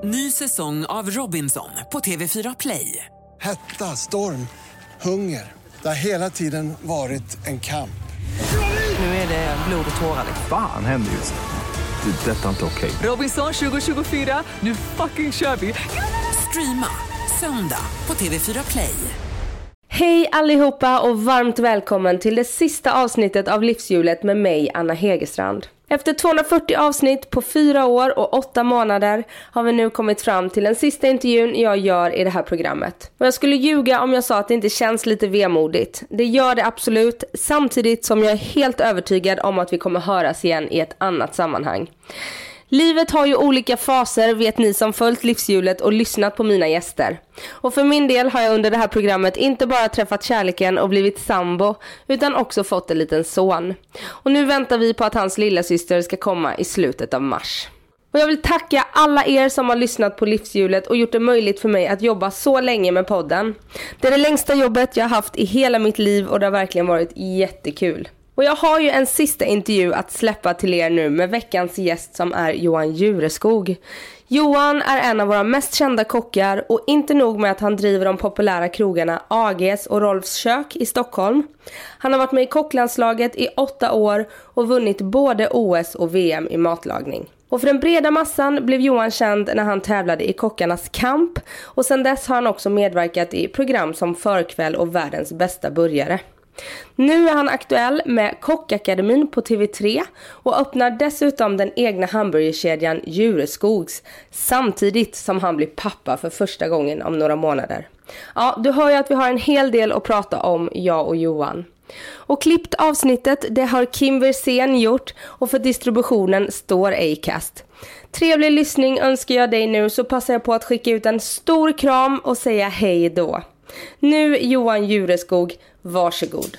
Ny säsong av Robinson på TV4 Play. Hetta, storm, hunger. Det har hela tiden varit en kamp. Nu är det blod och tårar. Fan händer just nu. Det. Detta är inte okej. Robinson 2024, nu fucking kör vi. Streama söndag på TV4 Play. Hej allihopa och varmt välkommen till det sista avsnittet av Livshjulet med mig, Anna Hegerstrand. Efter 240 avsnitt på 4 år och 8 månader har vi nu kommit fram till den sista intervjun jag gör i det här programmet. Och jag skulle ljuga om jag sa att det inte känns lite vemodigt. Det gör det absolut, samtidigt som jag är helt övertygad om att vi kommer höras igen i ett annat sammanhang. Livet har ju olika faser, vet ni som följt Livshjulet och lyssnat på mina gäster. Och för min del har jag under det här programmet inte bara träffat kärleken och blivit sambo, utan också fått en liten son. Och nu väntar vi på att hans lilla syster ska komma i slutet av mars. Och jag vill tacka alla er som har lyssnat på Livshjulet och gjort det möjligt för mig att jobba så länge med podden. Det är det längsta jobbet jag har haft i hela mitt liv och det har verkligen varit jättekul. Och jag har ju en sista intervju att släppa till er nu med veckans gäst som är Johan Jureskog. Johan är en av våra mest kända kockar och inte nog med att han driver de populära krogarna AGs och Rolfs kök i Stockholm. Han har varit med i kocklandslaget i 8 år och vunnit både OS och VM i matlagning. Och för den breda massan blev Johan känd när han tävlade i Kockarnas kamp och sedan dess har han också medverkat i program som Förkväll och Världens bästa burgare. Nu är han aktuell med Kockakademin på TV3 och öppnar dessutom den egna hamburgerkedjan Jureskogs samtidigt som han blir pappa för första gången om några månader. Ja, du hör ju att vi har en hel del att prata om, jag och Johan. Och klippt avsnittet, det har Kim Versén gjort och för distributionen står Acast. Trevlig lyssning önskar jag dig nu, så passar jag på att skicka ut en stor kram och säga hej då. Nu Johan Jureskog, varsågod.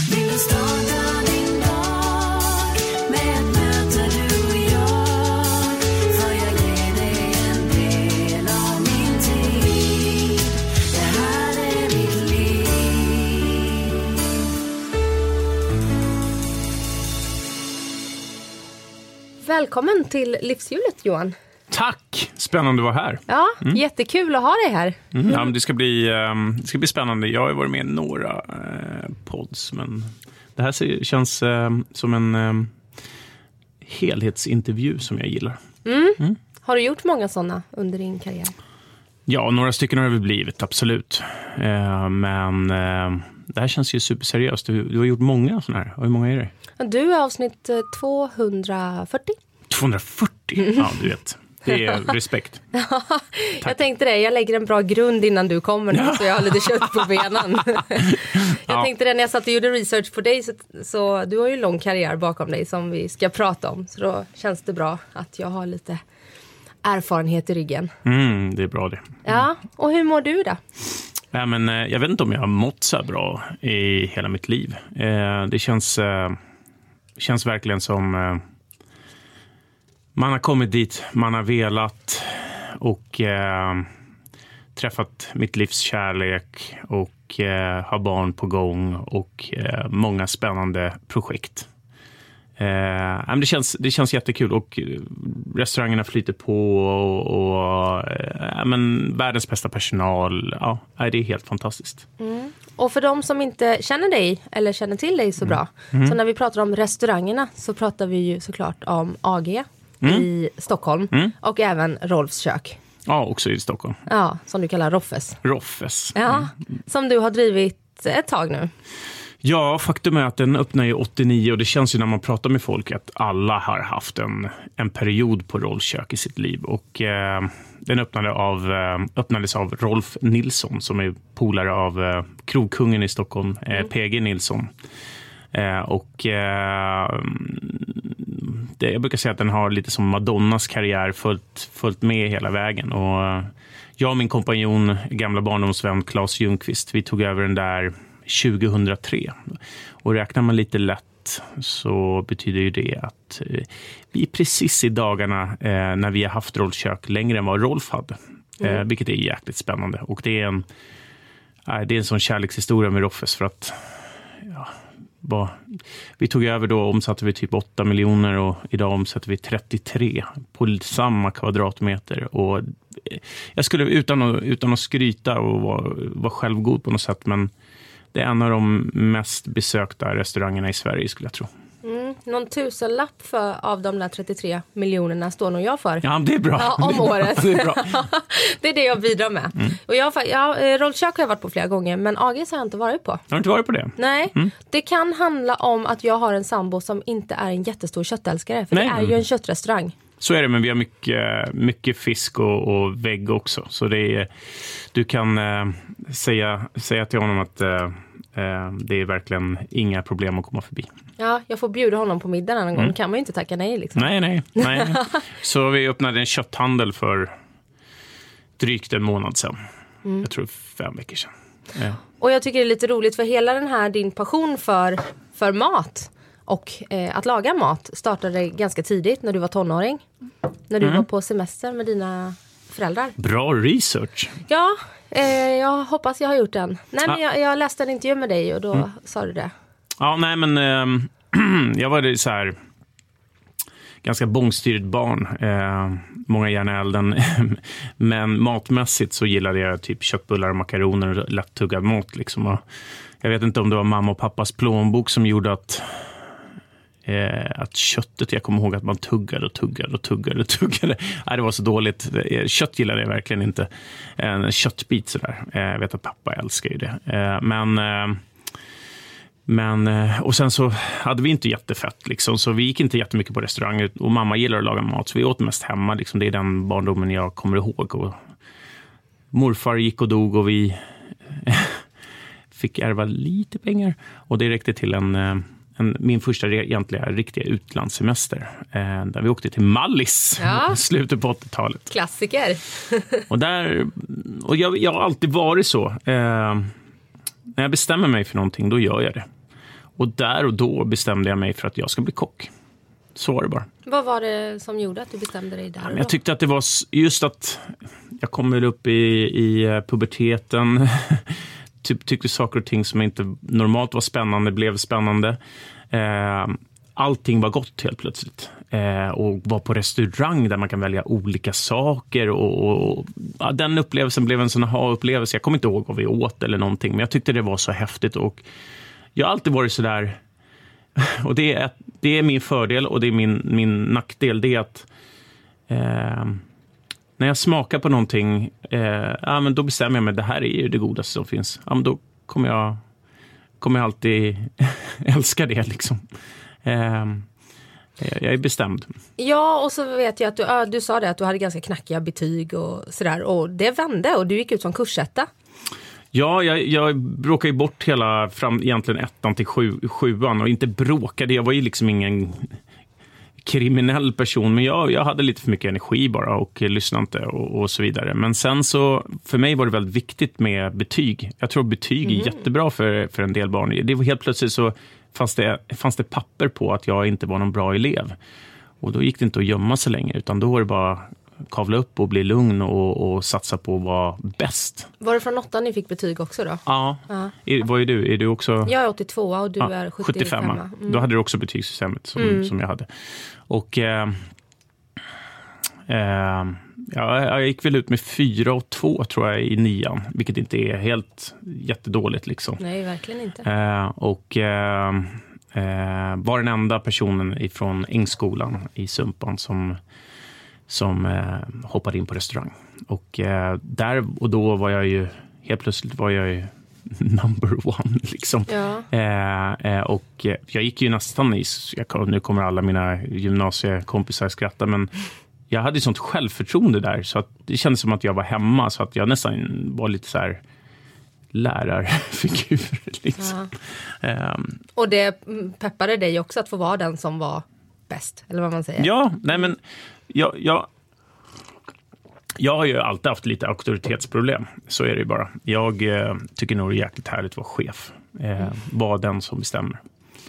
Välkommen till Livshjulet, Johan. Tack! Spännande att vara här. Ja, jättekul att ha dig här. Ja, men det ska bli spännande. Jag har varit med i några pods, men det här känns som en helhetsintervju som jag gillar. Har du gjort många sådana under din karriär? Ja, några stycken har det blivit, absolut. Men det här känns ju superseriöst. Du har gjort många sådana här. Hur många är det? Du är avsnitt 240. 240? Ja, du vet. Det är respekt. Jag tänkte det, jag lägger en bra grund innan du kommer nu, så jag har lite kött på benen. Jag tänkte det när jag satt och gjorde research på dig, så du har ju en lång karriär bakom dig som vi ska prata om. Så då känns det bra att jag har lite erfarenhet i ryggen. Det är bra det. Ja, och hur mår du då? Ja, men, jag vet inte om jag har mått så bra i hela mitt liv. Det känns verkligen som... Man har kommit dit man har velat och träffat mitt livs kärlek och har barn på gång och många spännande projekt. Det känns jättekul och restaurangerna flyter på och världens bästa personal. Ja, det är helt fantastiskt. Och för de som inte känner dig eller känner till dig så bra, så när vi pratar om restaurangerna så pratar vi ju såklart om AG i Stockholm och även Rolfs kök. Ja, också i Stockholm. Ja, som du kallar Roffes. Roffes. Ja, som du har drivit ett tag nu. Ja, faktum är att den öppnade i 89 och det känns ju när man pratar med folk att alla har haft en period på Rolfs kök i sitt liv. Och den öppnades av Rolf Nilsson som är polare av krogkungen i Stockholm, PG Nilsson. Jag brukar säga att den har lite som Madonnas karriär följt med hela vägen. Och jag och min kompanjon, gamla barndomsvän Claes Ljungqvist, vi tog över den där 2003. Och räknar man lite lätt så betyder ju det att vi precis i dagarna när vi har haft Rolfs kök längre än vad Rolf hade. Vilket är jäkligt spännande. Och det är en sån kärlekshistoria med Roffes för att vi tog över då, omsatte vi typ 8 miljoner och idag omsätter vi 33 på samma kvadratmeter. Och jag skulle utan att skryta och vara självgod på något sätt, men det är en av de mest besökta restaurangerna i Sverige, skulle jag tro. Någon tusenlapp av de där 33 miljonerna står nog jag för. Ja, det är bra. Ja, om året. Det är bra. Det är det jag bidrar med. Och rollkök har jag varit på flera gånger, men AGs har jag inte varit på. Har du inte varit på det? Nej, det kan handla om att jag har en sambo som inte är en jättestor köttälskare. För det är ju en köttrestaurang. Så är det, men vi har mycket fisk och vägg också. Så du kan säga till honom att det är verkligen inga problem att komma förbi. Ja, jag får bjuda honom på middagen en gång. Kan man ju inte tacka nej liksom. Nej. Så vi öppnade en kötthandel för drygt en månad sedan. Jag tror 5 veckor sedan. Ja. Och jag tycker det är lite roligt, för hela den här din passion för mat och att laga mat startade ganska tidigt när du var tonåring. När du var på semester med dina föräldrar. Bra research. Ja, jag hoppas jag har gjort den. Nej, men jag läste en intervju med dig och då sa du det. Ja, nej men jag var så här ganska bångstyrigt barn. Många järn i elden. Men matmässigt så gillade jag typ köttbullar och makaroner och lättuggad mat liksom. Och jag vet inte om det var mamma och pappas plånbok som gjorde att köttet, jag kommer ihåg att man tuggade. Nej, det var så dåligt. Kött gillade jag verkligen inte. En köttbit sådär. Jag vet att pappa älskar ju det. Men och sen så hade vi inte jättefett liksom, så vi gick inte jättemycket på restaurang, och mamma gillar att laga mat, så vi åt mest hemma liksom. Det är den barndomen jag kommer ihåg. Och morfar gick och dog och vi fick ärva lite pengar, och det räckte till min första egentliga riktiga utlandssemester där vi åkte till Mallis slutet på 80-talet. Klassiker. och jag har alltid varit så. När jag bestämmer mig för någonting, då gör jag det. Och där och då bestämde jag mig för att jag ska bli kock. Så var det bara. Vad var det som gjorde att du bestämde dig där och då? Jag tyckte att det var just att jag kommer upp i puberteten. Tyckte saker och ting som inte normalt var spännande blev spännande. Allting var gott helt plötsligt. Och var på restaurang där man kan välja olika saker. Och den upplevelsen blev en sån här upplevelse. Jag kommer inte ihåg vad vi åt eller någonting, men jag tyckte det var så häftigt. Och jag har alltid varit så där. Och det är min fördel och det är min nackdel. Det är att när jag smakar på någonting, men då bestämmer jag mig, det här är ju det godaste som finns. Ja, men då kommer jag alltid älska det liksom. Jag är bestämd. Ja, och så vet jag att du sa det att du hade ganska knackiga betyg och sådär. Och det vände och du gick ut som kursetta. Ja, jag bråkade ju bort egentligen 1:an till 7:an. Och inte bråkade, jag var ju liksom ingen kriminell person. Men jag hade lite för mycket energi bara och lyssnade inte och så vidare. Men sen så, för mig var det väldigt viktigt med betyg. Jag tror betyg är jättebra för en del barn. Det var helt plötsligt så fanns det papper på att jag inte var någon bra elev. Och då gick det inte att gömma sig längre, utan då var det bara kavla upp och bli lugn och satsa på att vara bäst. Var det från 8 ni fick betyg också då? Ja. Vad är du? Är du också? Jag är 82 och du är 75. Då hade du också betygssystemet som jag hade. Och jag gick väl ut med 4,2 tror jag i 9:an, vilket inte är helt jättedåligt liksom. Nej, verkligen inte. Var den enda personen ifrån Ängsskolan i Sumpan som hoppade in på restaurang. Och där och då var jag ju helt plötsligt number one liksom. Ja. Och jag gick ju nästan nu kommer alla mina gymnasiekompisar skratta, men jag hade ju sånt självförtroende där så att det kändes som att jag var hemma, så att jag nästan var lite så här lärarfigur liksom. Ja. Och det peppade dig också att få vara den som var bäst, eller vad man säger. Ja, nej men jag har ju alltid haft lite auktoritetsproblem. Så är det ju bara. Jag tycker nog det är jäkligt härligt att vara chef. Vara den som bestämmer.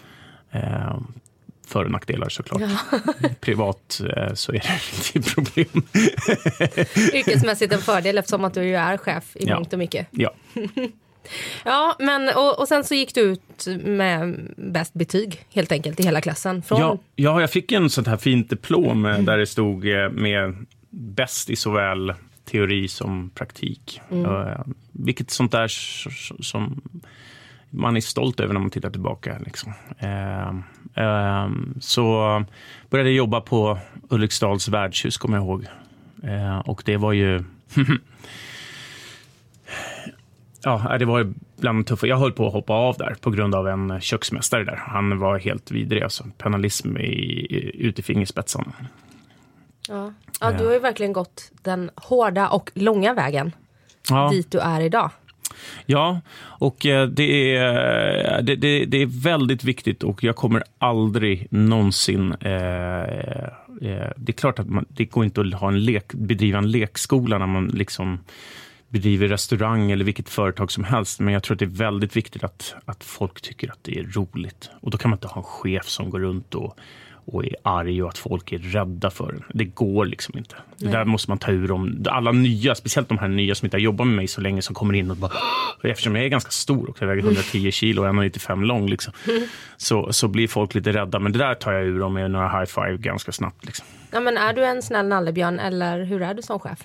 För- och nackdelar såklart. Ja. Privat så är det inte problem. Yrkesmässigt en fördel eftersom att du ju är chef i mångt och mycket. Ja. Ja, men och sen så gick du ut med bäst betyg helt enkelt i hela klassen. Ja, jag fick en sånt här fint diplom där det stod med bäst i såväl teori som praktik. Vilket sånt där som man är stolt över när man tittar tillbaka. Liksom. Så började jag jobba på Ulriksdals värdshus, kommer jag ihåg. Och det var ju... Ja, det var bland tuffa. Jag höll på att hoppa av där på grund av en köksmästare där. Han var helt vidrig, alltså. Penalism ut i fingerspetsen. Ja, du har ju verkligen gått den hårda och långa vägen dit du är idag. Ja, och det är väldigt viktigt och jag kommer aldrig någonsin... det är klart att det går inte att bedriva en lekskola när man liksom bedriver restaurang eller vilket företag som helst. Men jag tror att det är väldigt viktigt att folk tycker att det är roligt. Och då kan man inte ha en chef som går runt och är arg och att folk är rädda för den. Det går liksom inte. Det där måste man ta ur dem. Alla nya, speciellt de här nya som inte har jobbat med mig så länge, som kommer in och bara... Eftersom jag är ganska stor och jag väger 110 kilo och 1,95 lång liksom, så blir folk lite rädda. Men det där tar jag ur dem med några high five ganska snabbt. Liksom. Ja, men är du en snäll nallebjörn eller hur är du som chef?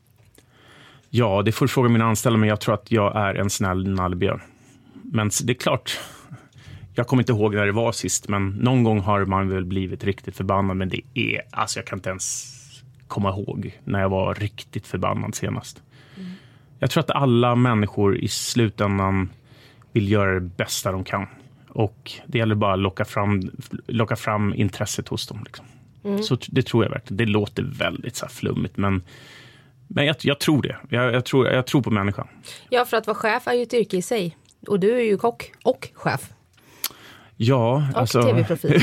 Ja, det får du fråga mina anställda, men jag tror att jag är en snäll nallebjörn. Men det är klart... Jag kommer inte ihåg när det var sist, men någon gång har man väl blivit riktigt förbannad. Men det är, alltså jag kan inte ens komma ihåg när jag var riktigt förbannad senast. Jag tror att alla människor i slutändan vill göra det bästa de kan. Och det gäller bara att locka fram intresset hos dem. Liksom. Så det tror jag verkligen. Det låter väldigt så här flummigt, men jag tror det. Jag tror på människan. Ja, för att vara chef är ju ett yrke i sig. Och du är ju kock och chef. Ja, och tv-profil.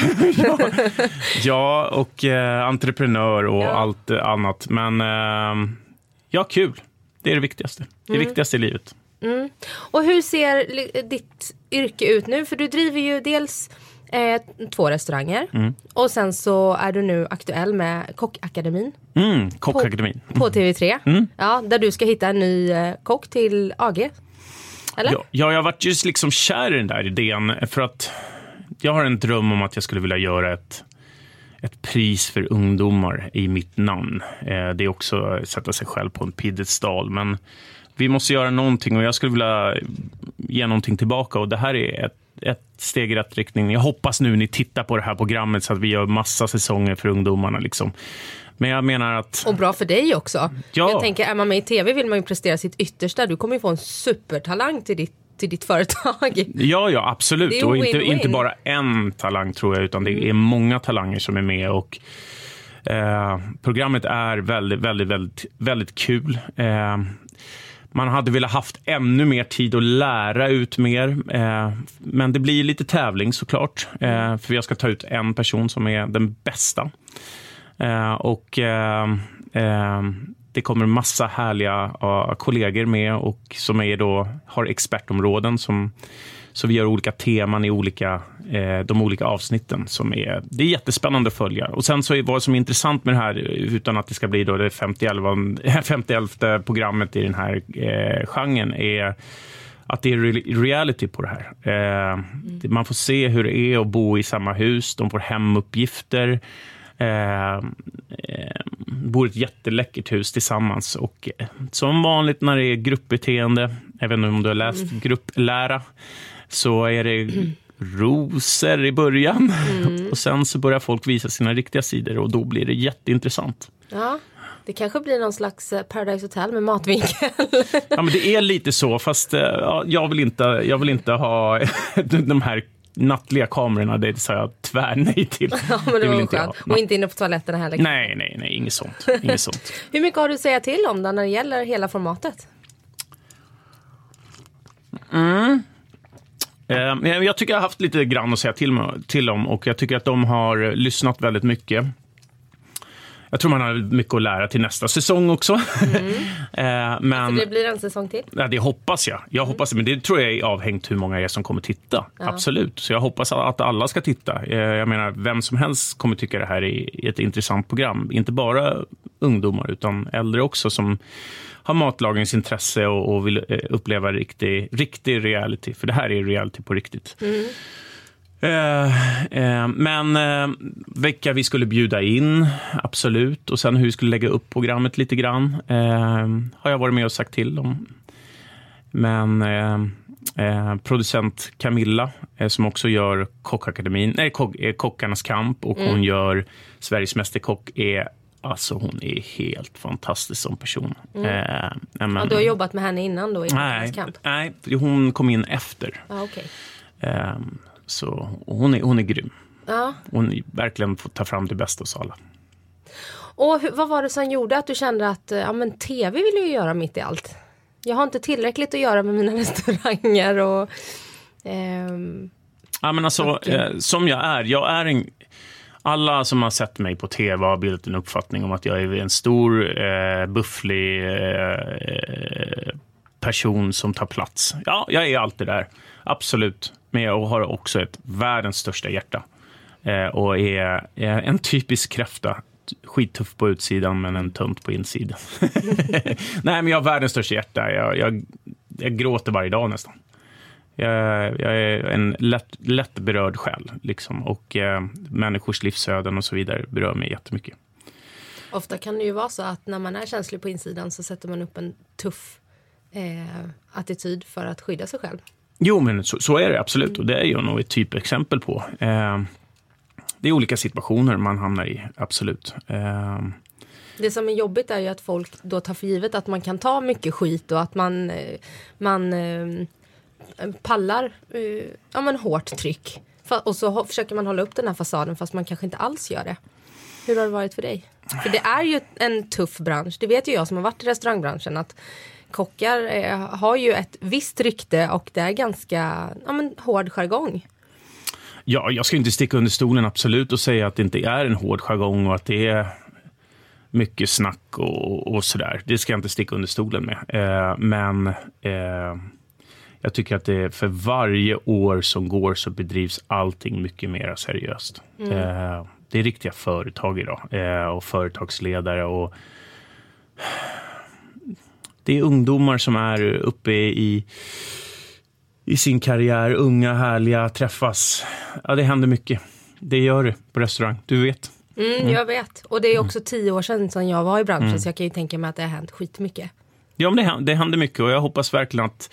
ja, och entreprenör och allt annat. Men ja, kul. Det är det viktigaste. Det viktigaste i livet. Och hur ser ditt yrke ut nu? För du driver ju dels 2 restauranger. Och sen så är du nu aktuell med Kockakademin. Kockakademin. På TV3. Ja, där du ska hitta en ny kock till AG. Eller? Ja, jag har varit just liksom kär i den där idén. För att jag har en dröm om att jag skulle vilja göra ett pris för ungdomar i mitt namn. Det är också att sätta sig själv på en piedestal. Men vi måste göra någonting och jag skulle vilja ge någonting tillbaka. Och det här är ett steg i rätt riktning. Jag hoppas nu ni tittar på det här programmet så att vi gör massa säsonger för ungdomarna liksom. Men jag menar att... Och bra för dig också. Ja. Jag tänker, är man med i tv vill man ju prestera sitt yttersta. Du kommer ju få en supertalang till ditt företag. Ja, absolut. Och inte bara en talang tror jag, utan det är många talanger som är med. Och programmet är väldigt, väldigt, väldigt, väldigt kul. Man hade velat haft ännu mer tid att lära ut mer. Men det blir lite tävling såklart. För jag ska ta ut en person som är den bästa. Det kommer massa härliga kollegor med och som har expertområden så vi gör olika teman i de olika avsnitten det är jättespännande att följa. Och sen så vad som är intressant med det här, utan att det ska bli då det 50-11 programmet i den här genren, är att det är reality på det här. Man får se hur det är att bo i samma hus, de får hemuppgifter. Bor i ett jätteläckert hus tillsammans och som vanligt när det är gruppbeteende, även om du har läst grupplära, så är det rosor i början och sen så börjar folk visa sina riktiga sidor och då blir det jätteintressant. Ja, det kanske blir någon slags Paradise Hotel med matvinkel. Ja, men det är lite så, fast jag vill inte ha de här nattliga kamerorna, det sa jag tvärnej till. Ja, men det var skönt. Och inte inne på toaletterna heller. Nej, inget sånt. Hur mycket har du att säga till om när det gäller hela formatet? Jag tycker jag har haft lite grann att säga till om och jag tycker att de har lyssnat väldigt mycket. Jag tror man har mycket att lära till nästa säsong också. Men alltså det blir en säsong till? Ja, det hoppas jag. Jag hoppas, men det tror jag är avhängt hur många är som kommer titta. Ja. Absolut. Så jag hoppas att alla ska titta. Jag menar, vem som helst kommer tycka det här är ett intressant program. Inte bara ungdomar utan äldre också som har matlagningsintresse och vill uppleva riktig reality. För det här är reality på riktigt. Men vilka vi skulle bjuda in, absolut. Och sen hur vi skulle lägga upp programmet lite grann har jag varit med och sagt till om. Men producent Camilla som också gör Kockakademin, Kockarnas kamp, och hon gör Sveriges mästerkock, alltså hon är helt fantastisk som person. Men, du har jobbat med henne innan då i Kockarnas kamp? Nej, hon kom in efter. Okay. Så hon är grym. Ja. Hon verkligen får ta fram det bästa hos alla. Och vad var det som gjorde att du kände att tv vill jag göra mitt i allt? Jag har inte tillräckligt att göra med mina restauranger och... Ja, men alltså, som jag är en... Alla som har sett mig på tv har bildat en uppfattning om att jag är en stor, bufflig person som tar plats. Ja, jag är alltid där. Absolut. Men jag har också ett världens största hjärta. Och är en typisk kräfta. Skittuff på utsidan men en tönt på insidan. Nej, men jag har världens största hjärta. Jag gråter varje dag nästan. Jag är en lätt berörd själ liksom. Och människors livsöden och så vidare berör mig jättemycket. Ofta kan det ju vara så att när man är känslig på insidan så sätter man upp en tuff attityd för att skydda sig själv. Jo, men så är det absolut. Och det är ju nog ett typexempel på. Det är olika situationer man hamnar i, absolut. Det som är jobbigt är ju att folk då tar för givet att man kan ta mycket skit och att man pallar hårt tryck. Och så försöker man hålla upp den här fasaden fast man kanske inte alls gör det. Hur har det varit för dig? För det är ju en tuff bransch. Det vet ju jag som har varit i restaurangbranschen att kockar har ju ett visst rykte och det är ganska hård jargong. Ja, jag ska inte sticka under stolen absolut och säga att det inte är en hård jargong och att det är mycket snack och sådär. Det ska jag inte sticka under stolen med. Men jag tycker att det för varje år som går så bedrivs allting mycket mer seriöst. Det är riktiga företag idag och företagsledare och det är ungdomar som är uppe i sin karriär, unga, härliga, träffas. Ja, det händer mycket. Det gör det på restaurang, du vet. Jag vet. Och det är också 10 år sedan jag var i branschen så jag kan ju tänka mig att det har hänt skitmycket. Ja, men det händer mycket och jag hoppas verkligen att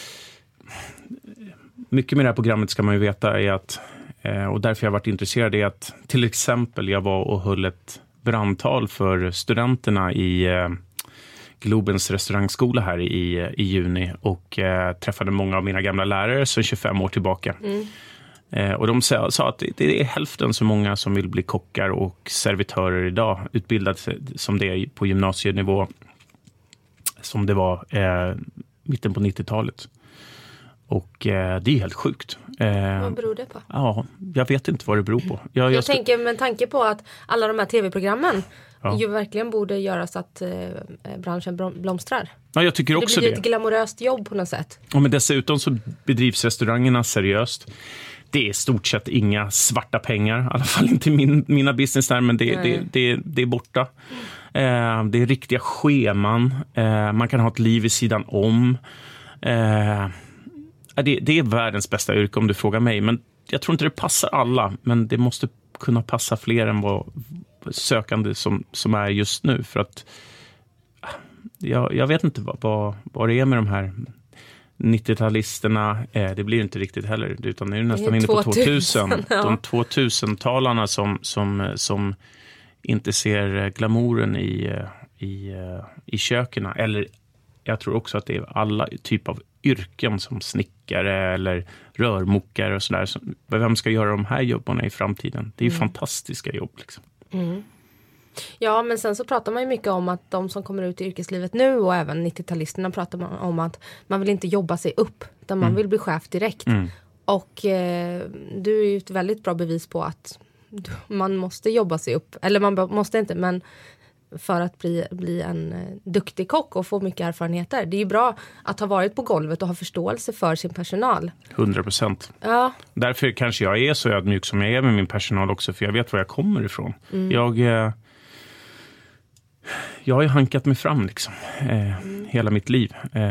mycket med det här programmet ska man ju veta är att, och därför jag har varit intresserad är att till exempel jag var och höll ett brandtal för studenterna i Globens restaurangskola här i juni och träffade många av mina gamla lärare sedan 25 år tillbaka. Och de sa att det är hälften så många som vill bli kockar och servitörer idag, utbildade som det är på gymnasienivå som det var mitten på 90-talet. Och det är helt sjukt. Vad beror det på? Ja, jag vet inte vad det beror på. Jag tänker med tanke på att alla de här tv-programmen ju verkligen borde göra så att branschen blomstrar. Ja, jag tycker också det. Det blir ett glamoröst jobb på något sätt. Ja, men dessutom så bedrivs restaurangerna seriöst. Det är stort sett inga svarta pengar. I alla fall inte mina business där, men det är borta. Det är riktiga scheman. Man kan ha ett liv i sidan om. Det är världens bästa yrke om du frågar mig. Men jag tror inte det passar alla. Men det måste kunna passa fler än vad sökande som är just nu. För att jag vet inte vad det är med de här 90-talisterna. Det blir inte riktigt heller. Utan det är nästan inne på 2000. Ja. De 2000-talarna som inte ser glamouren i kökerna. Eller jag tror också att det är alla typer av yrken som snickare eller rörmokare och sådär. Vem ska göra de här jobbarna i framtiden? Det är ju fantastiska jobb liksom. Ja, men sen så pratar man ju mycket om att de som kommer ut i yrkeslivet nu och även 90-talisterna pratar man om att man vill inte jobba sig upp utan man vill bli chef direkt. Och du är ju ett väldigt bra bevis på att man måste jobba sig upp. Eller man måste inte, men för att bli en duktig kock och få mycket erfarenheter. Det är ju bra att ha varit på golvet och ha förståelse för sin personal. 100%. Ja. Därför kanske jag är så ödmjuk som jag är med min personal också, för jag vet var jag kommer ifrån. Jag har ju hankat mig fram liksom, hela mitt liv.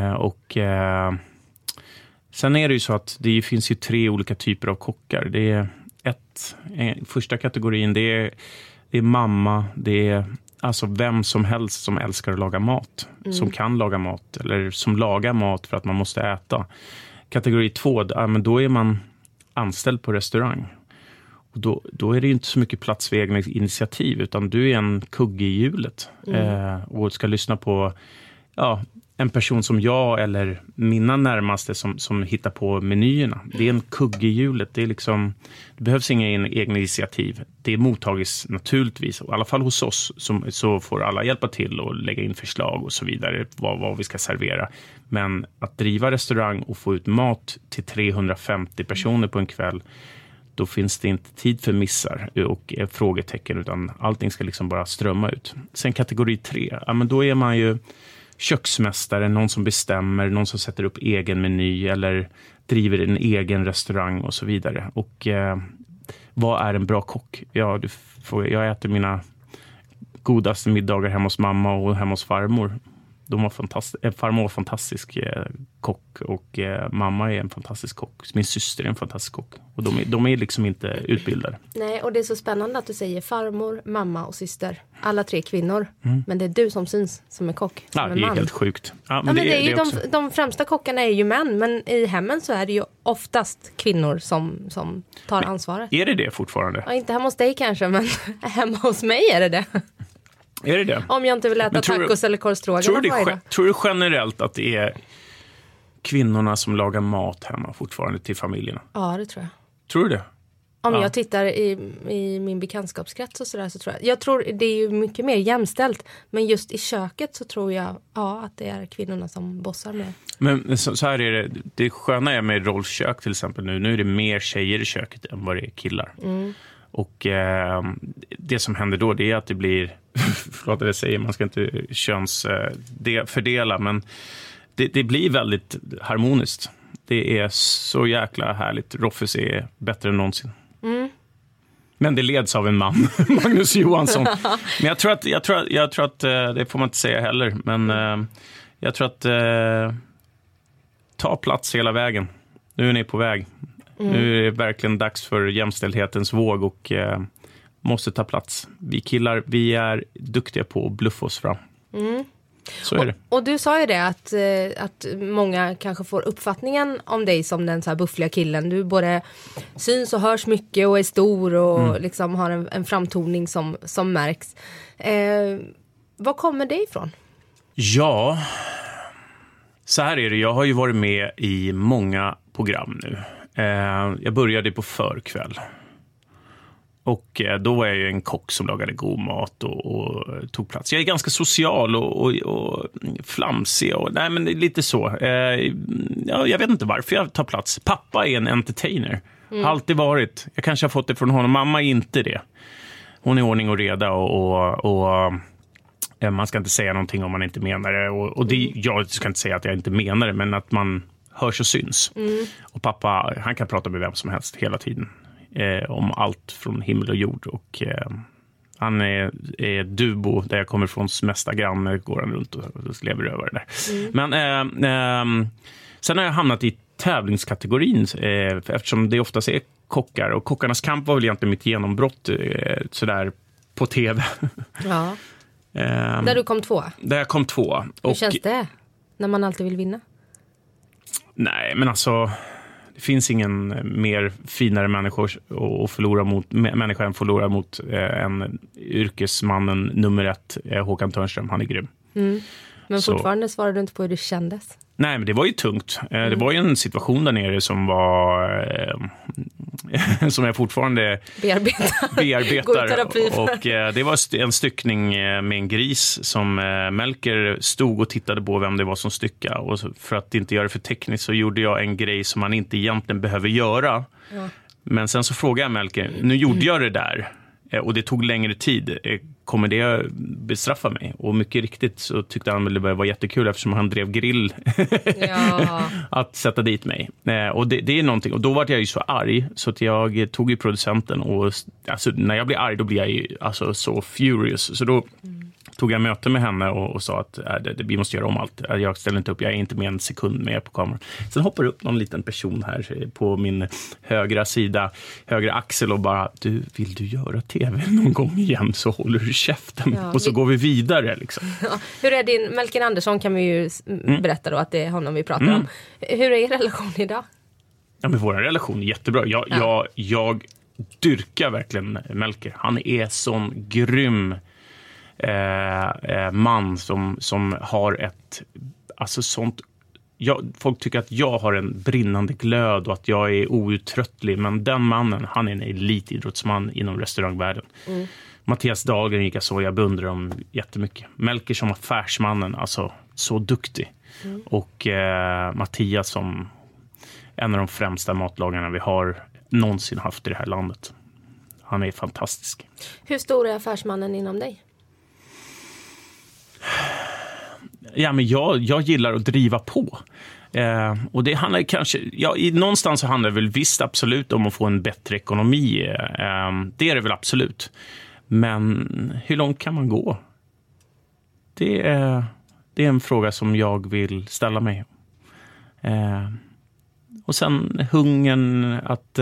Sen är det ju så att det finns ju 3 olika typer av kockar. Det är första kategorin, det är mamma, det är alltså vem som helst som älskar att laga mat. Som kan laga mat eller som lagar mat för att man måste äta. Kategori 2, men då är man anställd på restaurang. Och då är det ju inte så mycket plats för egna initiativ, utan du är en kugge i hjulet. Och ska lyssna på en person som jag eller mina närmaste som hittar på menyerna. Det är en kugge i hjulet. Det är liksom, det behövs inga egna initiativ. Det mottagis naturligtvis, i alla fall hos oss, så får alla hjälpa till och lägga in förslag och så vidare, vad vi ska servera. Men att driva restaurang och få ut mat till 350 personer på en kväll, då finns det inte tid för missar och frågetecken, utan allting ska liksom bara strömma ut. Sen kategori 3, men då är man ju köksmästare, någon som bestämmer, någon som sätter upp egen meny eller driver en egen restaurang och så vidare. Och vad är en bra kock? Jag äter mina godaste middagar hemma hos mamma och hemma hos farmor. Farmor var fantastisk kock och mamma är en fantastisk kock. Min syster är en fantastisk kock. Och de är liksom inte utbildade. Nej, och det är så spännande att du säger farmor, mamma och syster. Alla 3 kvinnor. Men det är du som syns som är kock. Ja, det är helt sjukt. Men det är ju de främsta kockarna är ju män. Men i hemmen så är det ju oftast kvinnor som tar ansvaret. Är det fortfarande? Ja, inte hemma hos dig kanske, men hemma hos mig är det. Är det det? Om jag inte vill äta tacos eller korvstroganoff. Tror du generellt att det är kvinnorna som lagar mat hemma fortfarande till familjerna? Ja, det tror jag. Tror du det? Om jag tittar i min bekantskapskrets och sådär, så tror jag tror det är ju mycket mer jämställt. Men just i köket så tror jag att det är kvinnorna som bossar med. Men så här är det. Det sköna är med rollkök till exempel nu. Nu är det mer tjejer i köket än vad det är killar. Och det som händer då, det är att det blir, förlåt det säger, man ska inte fördela, men det blir väldigt harmoniskt. Det är så jäkla härligt. Roffes är bättre än någonsin. Men det leds av en man, Magnus Johansson. Men jag tror att det får man inte säga heller, men jag tror att ta plats hela vägen. Nu är ni på väg. Nu är det verkligen dags för jämställdhetens våg och måste ta plats. Vi killar, vi är duktiga på att bluffa oss fram. Så är det. Och du sa ju det att många kanske får uppfattningen om dig som den så här buffliga killen. Du både syns och hörs mycket och är stor och liksom har en framtoning som märks. Var kommer det ifrån? Ja, så här är det. Jag har ju varit med i många program nu. Jag började på förkväll. Och då var jag ju en kock som lagade god mat och tog plats. Jag är ganska social och flamsig. Nej, men lite så. Jag vet inte varför jag tar plats. Pappa är en entertainer. Har alltid varit. Jag kanske har fått det från honom. Mamma är inte det. Hon är ordning och reda och man ska inte säga någonting om man inte menar det. Och jag ska inte säga att jag inte menar det, men att man hörs och syns. Och pappa, han kan prata med vem som helst hela tiden. Om allt från himmel och jord. Och han är Dubo, där jag kommer från mesta granne, går han runt och lever över det där. Men sen har jag hamnat i tävlingskategorin eftersom det oftast är kockar. Och Kockarnas kamp var väl egentligen mitt genombrott sådär på tv. Ja. Där du kom 2? Där jag kom 2. Hur känns det när man alltid vill vinna? Nej, men alltså det finns ingen mer finare människa än förlora mot en yrkesmannen nummer 1, Håkan Törnström. Han är grym. Men fortfarande svarar du inte på hur det kändes? Nej, men det var ju tungt. Det var ju en situation där nere som var som jag fortfarande bearbetar. Och det var en styckning med en gris som Melker stod och tittade på vem det var som styckade. Och för att inte göra det för tekniskt så gjorde jag en grej som man inte egentligen behöver göra. Men sen så frågade jag Melker, nu gjorde jag det där. och det tog längre tid. Kommer det bestraffa mig? Och mycket riktigt så tyckte han väl det var jättekul eftersom han drev grill att sätta dit mig. Och det är någonting. Och då var jag ju så arg så att jag tog ju producenten och alltså, när jag blir arg då blir jag ju alltså, så furious. Så då tog jag möte med henne och sa att vi måste göra om allt. Jag ställer inte upp, jag är inte med en sekund mer på kameran. Sen hoppar upp någon liten person här på min högra axel och bara, vill du göra tv någon gång igen så håller du käften och så går vi vidare. Liksom. Ja. Hur är din, Melker Andersson kan vi ju berätta då att det är honom vi pratar om. Hur är er relation idag? Ja, men vår relation är jättebra. Jag dyrkar verkligen Melker. Han är sån grym man som har ett alltså sånt folk tycker att jag har en brinnande glöd och att jag är outtröttlig, men den mannen, han är en elitidrottsman inom restaurangvärlden. Mattias Dahlgren gick jag beundrar dem jättemycket. Melker som affärsmannen, alltså så duktig. Och Mattias som en av de främsta matlagarna vi har någonsin haft i det här landet. Han är fantastisk. Hur stor är affärsmannen inom dig? Ja, men jag gillar att driva på. Och det handlar kanske... någonstans så handlar det väl visst absolut om att få en bättre ekonomi. Det är det väl absolut. Men hur långt kan man gå? Det är en fråga som jag vill ställa mig. Och sen hungern att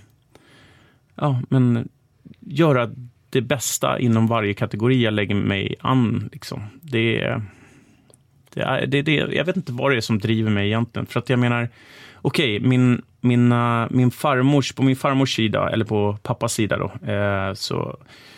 göra det bästa inom varje kategori jag lägger mig an. Liksom. Det jag vet inte vad det är som driver mig egentligen. För att jag menar, okej, min farmors, på min farmors sida, eller på pappas sida då, så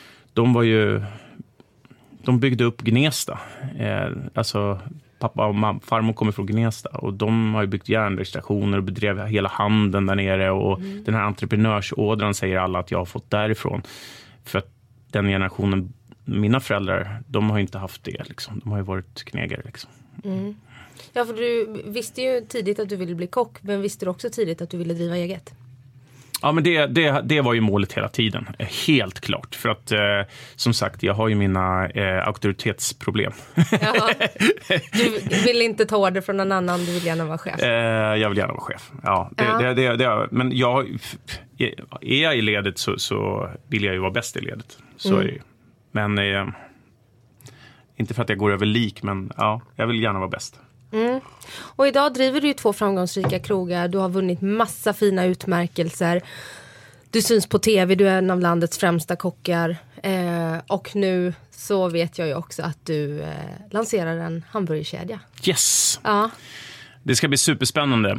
de byggde upp Gnesta. Alltså pappa och farmor kommer från Gnesta och de har ju byggt järnvägsstationer och bedrev hela handeln där nere och den här entreprenörsådran säger alla att jag har fått därifrån. För att den generationen, mina föräldrar, de har inte haft det liksom. De har ju varit knegare liksom. Ja, för du visste ju tidigt att du ville bli kock, men visste du också tidigt att du ville driva eget? Ja, men det var ju målet hela tiden. Helt klart. För att, som sagt, jag har ju mina auktoritetsproblem. Jaha. Du vill inte ta order från någon annan, du vill gärna vara chef? Jag vill gärna vara chef, ja. Men är jag i ledet så vill jag ju vara bäst i ledet. Så är det ju. Men inte för att jag går över lik, men ja, jag vill gärna vara bäst. Och idag driver du ju 2 framgångsrika krogar. Du har vunnit massa fina utmärkelser. Du syns på tv, du är en av landets främsta kockar. Och nu så vet jag ju också att du lanserar en hamburgerkedja. Yes! Ja. Det ska bli superspännande.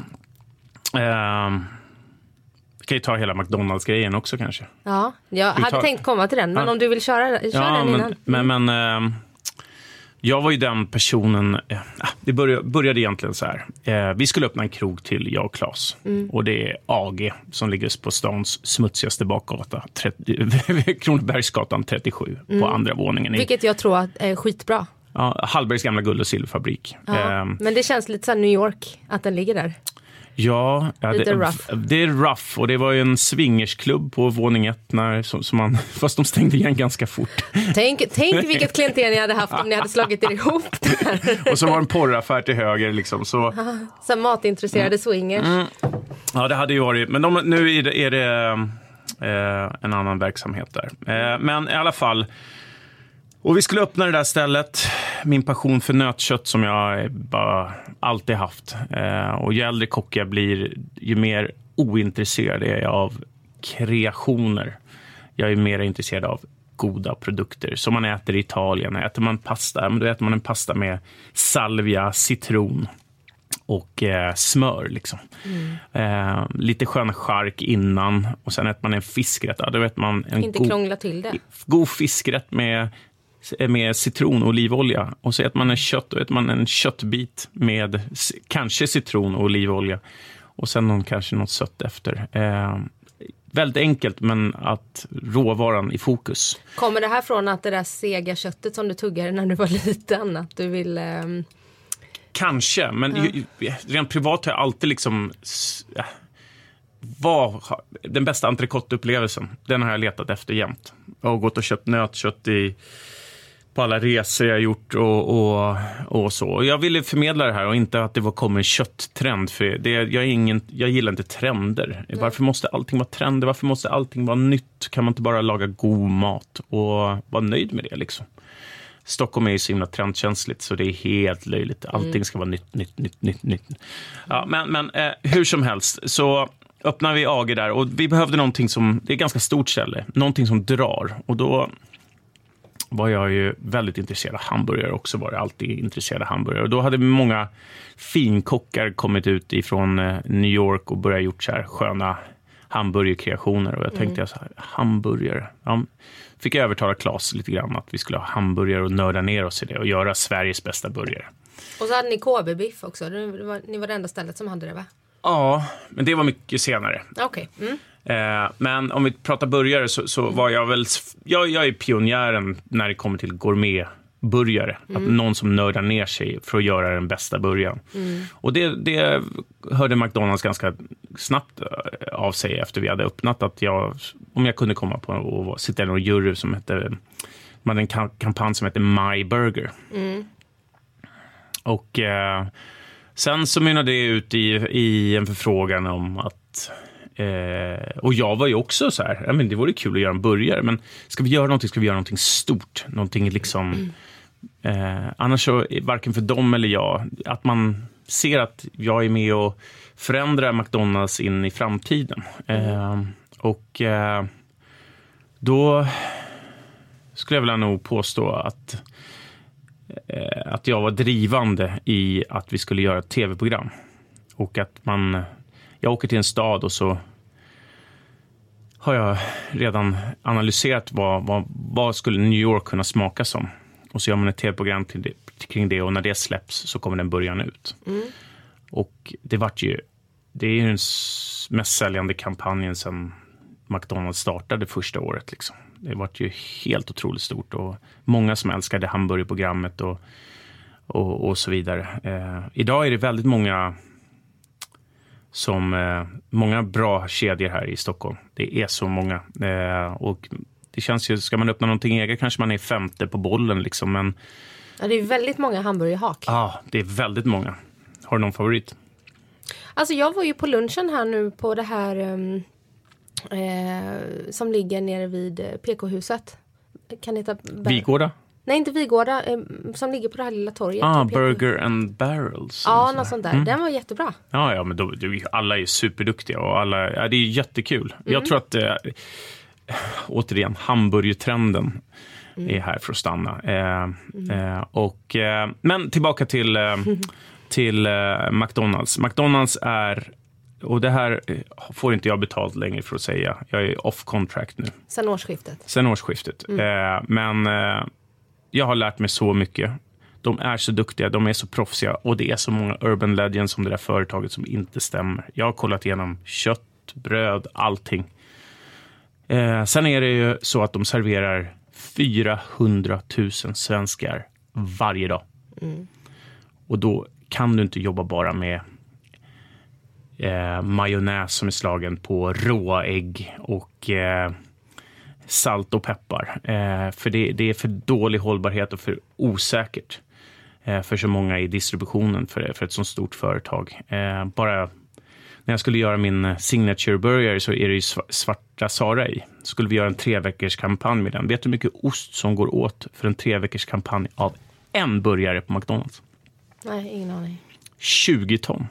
Vi kan ju ta hela McDonalds-grejen också kanske. Ja, jag hade tänkt komma till den. Men om du vill köra den innan. Men jag var ju den personen... det började egentligen så här. Vi skulle öppna en krog till jag och Claes. Och det är AG som ligger på stans smutsigaste bakgata. Kronobergsgatan 37 på andra våningen. Vilket jag tror är skitbra. Ja, Hallbergs gamla guld- och silverfabrik. Ja, men det känns lite så här New York att den ligger där. Ja, lite rough. Det är rough och det var ju en swingersklubb på våning 1 fast de stängde igen ganska fort. Tänk vilket klientel ni hade haft om ni hade slagit er ihop där. Och så var en porraffär till höger liksom. Så matintresserade swingers. Ja, det hade ju varit. Men nu är det en annan verksamhet där. Men i alla fall. Och vi skulle öppna det där stället. Min passion för nötkött som jag bara alltid haft. Och ju äldre kock jag blir, ju mer ointresserad är jag av kreationer. Jag är mer intresserad av goda produkter. Som man äter i Italien. Äter man pasta, då äter man en pasta med salvia, citron och smör liksom. Lite skön chark innan. Och sen äter man en fiskrätt. Ja, då äter man en krångla till det. God fiskrätt med citron och olivolja. Och så äter man en kött och äter man en köttbit med kanske citron och olivolja. Och sen kanske något sött efter. Väldigt enkelt, men att råvaran i fokus. Kommer det här från att det där sega köttet som du tuggade när du var liten, att du vill... Kanske, men rent privat har jag alltid liksom... den bästa entrecôte-upplevelsen. Den har jag letat efter jämt. Jag har gått och köpt nötkött på alla resor jag gjort och så. Och jag ville förmedla det här och inte att det kommer en kötttrend. För jag gillar inte trender. Varför måste allting vara trender? Varför måste allting vara nytt? Kan man inte bara laga god mat och vara nöjd med det liksom? Stockholm är ju så himla trendkänsligt så det är helt löjligt. Allting ska vara nytt. Ja, men hur som helst så öppnar vi AG där och vi behövde någonting det är ganska stort ställe. Någonting som drar och då var jag ju väldigt intresserad av hamburgare också. Var jag alltid intresserad av hamburgare. Och då hade många finkockar kommit ut ifrån New York och börjat gjort så här sköna hamburgerkreationer. Och jag tänkte så här, hamburgare. Ja, fick jag övertala Claes lite grann att vi skulle ha hamburgare och nörda ner oss i det och göra Sveriges bästa burgare. Och så hade ni KB-biff också. Ni var det enda stället som hade det, va? Ja, men det var mycket senare. Okej. Men om vi pratar burgare så var jag väl... Jag är pionjären när det kommer till gourmetburgare. Att någon som nördar ner sig för att göra den bästa burgaren. Och det hörde McDonald's ganska snabbt av sig efter vi hade öppnat. Att om jag kunde komma på och sitta i en jury som hette... Man hade en kampanj som hette My Burger. Och... sen så mynnade det ut i en förfrågan om att... och jag var ju också så här, men det vore kul att göra en burgare, men ska vi göra någonting stort, någonting liksom annars så varken för dem eller jag, att man ser att jag är med och förändrar McDonald's in i framtiden. Och då skulle jag väl nog påstå att jag var drivande i att vi skulle göra ett tv-program och att jag åker till en stad och så har jag redan analyserat vad skulle New York kunna smaka som. Och så gör man ett tv-program kring det och när det släpps så kommer den början ut. Och det är ju den mest säljande kampanjen sedan McDonald's startade första året liksom. Det var ju helt otroligt stort och många som älskade hamburgerprogrammet och så vidare. Idag är det väldigt många många bra kedjor här i Stockholm. Det är så många. Och det känns ju, ska man öppna någonting eget kanske man är 5:e på bollen liksom. Men... Ja, det är väldigt många hamburgerhak. Ja, det är väldigt många. Har du någon favorit? Alltså jag var ju på lunchen här nu på det här som ligger nere vid PK-huset. Kan det heta Vigårda? Nej, inte Vigårda. Som ligger på det här lilla torget. Burger and Barrels. Ja, något sånt där. Den var jättebra. Ja, men alla är superduktiga och det är jättekul. Jag tror att återigen, hamburgertrenden är här för att stanna. Men tillbaka till McDonald's. McDonald's är, och det här får inte jag betalt längre för att säga. Jag är off contract nu. Sen årsskiftet. Men jag har lärt mig så mycket. De är så duktiga, de är så proffsiga och det är så många urban legends som det där företaget som inte stämmer. Jag har kollat igenom kött, bröd, allting. Sen är det ju så att de serverar 400 000 svenskar varje dag. Och då kan du inte jobba bara med majonnäs som är slagen på råa ägg och salt och peppar. För det är för dålig hållbarhet och för osäkert för så många i distributionen för ett så stort företag. Bara när jag skulle göra min signature burger så är det ju svarta Sara i. Skulle vi göra en 3-veckors kampanj med den. Vet du hur mycket ost som går åt för en 3-veckors kampanj av en burgare på McDonald's? Nej, ingen aning. 20 ton.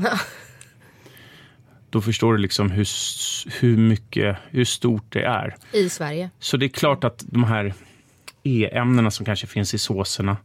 Då förstår du liksom hur stort det är. I Sverige. Så det är klart att de här E-ämnena som kanske finns i såserna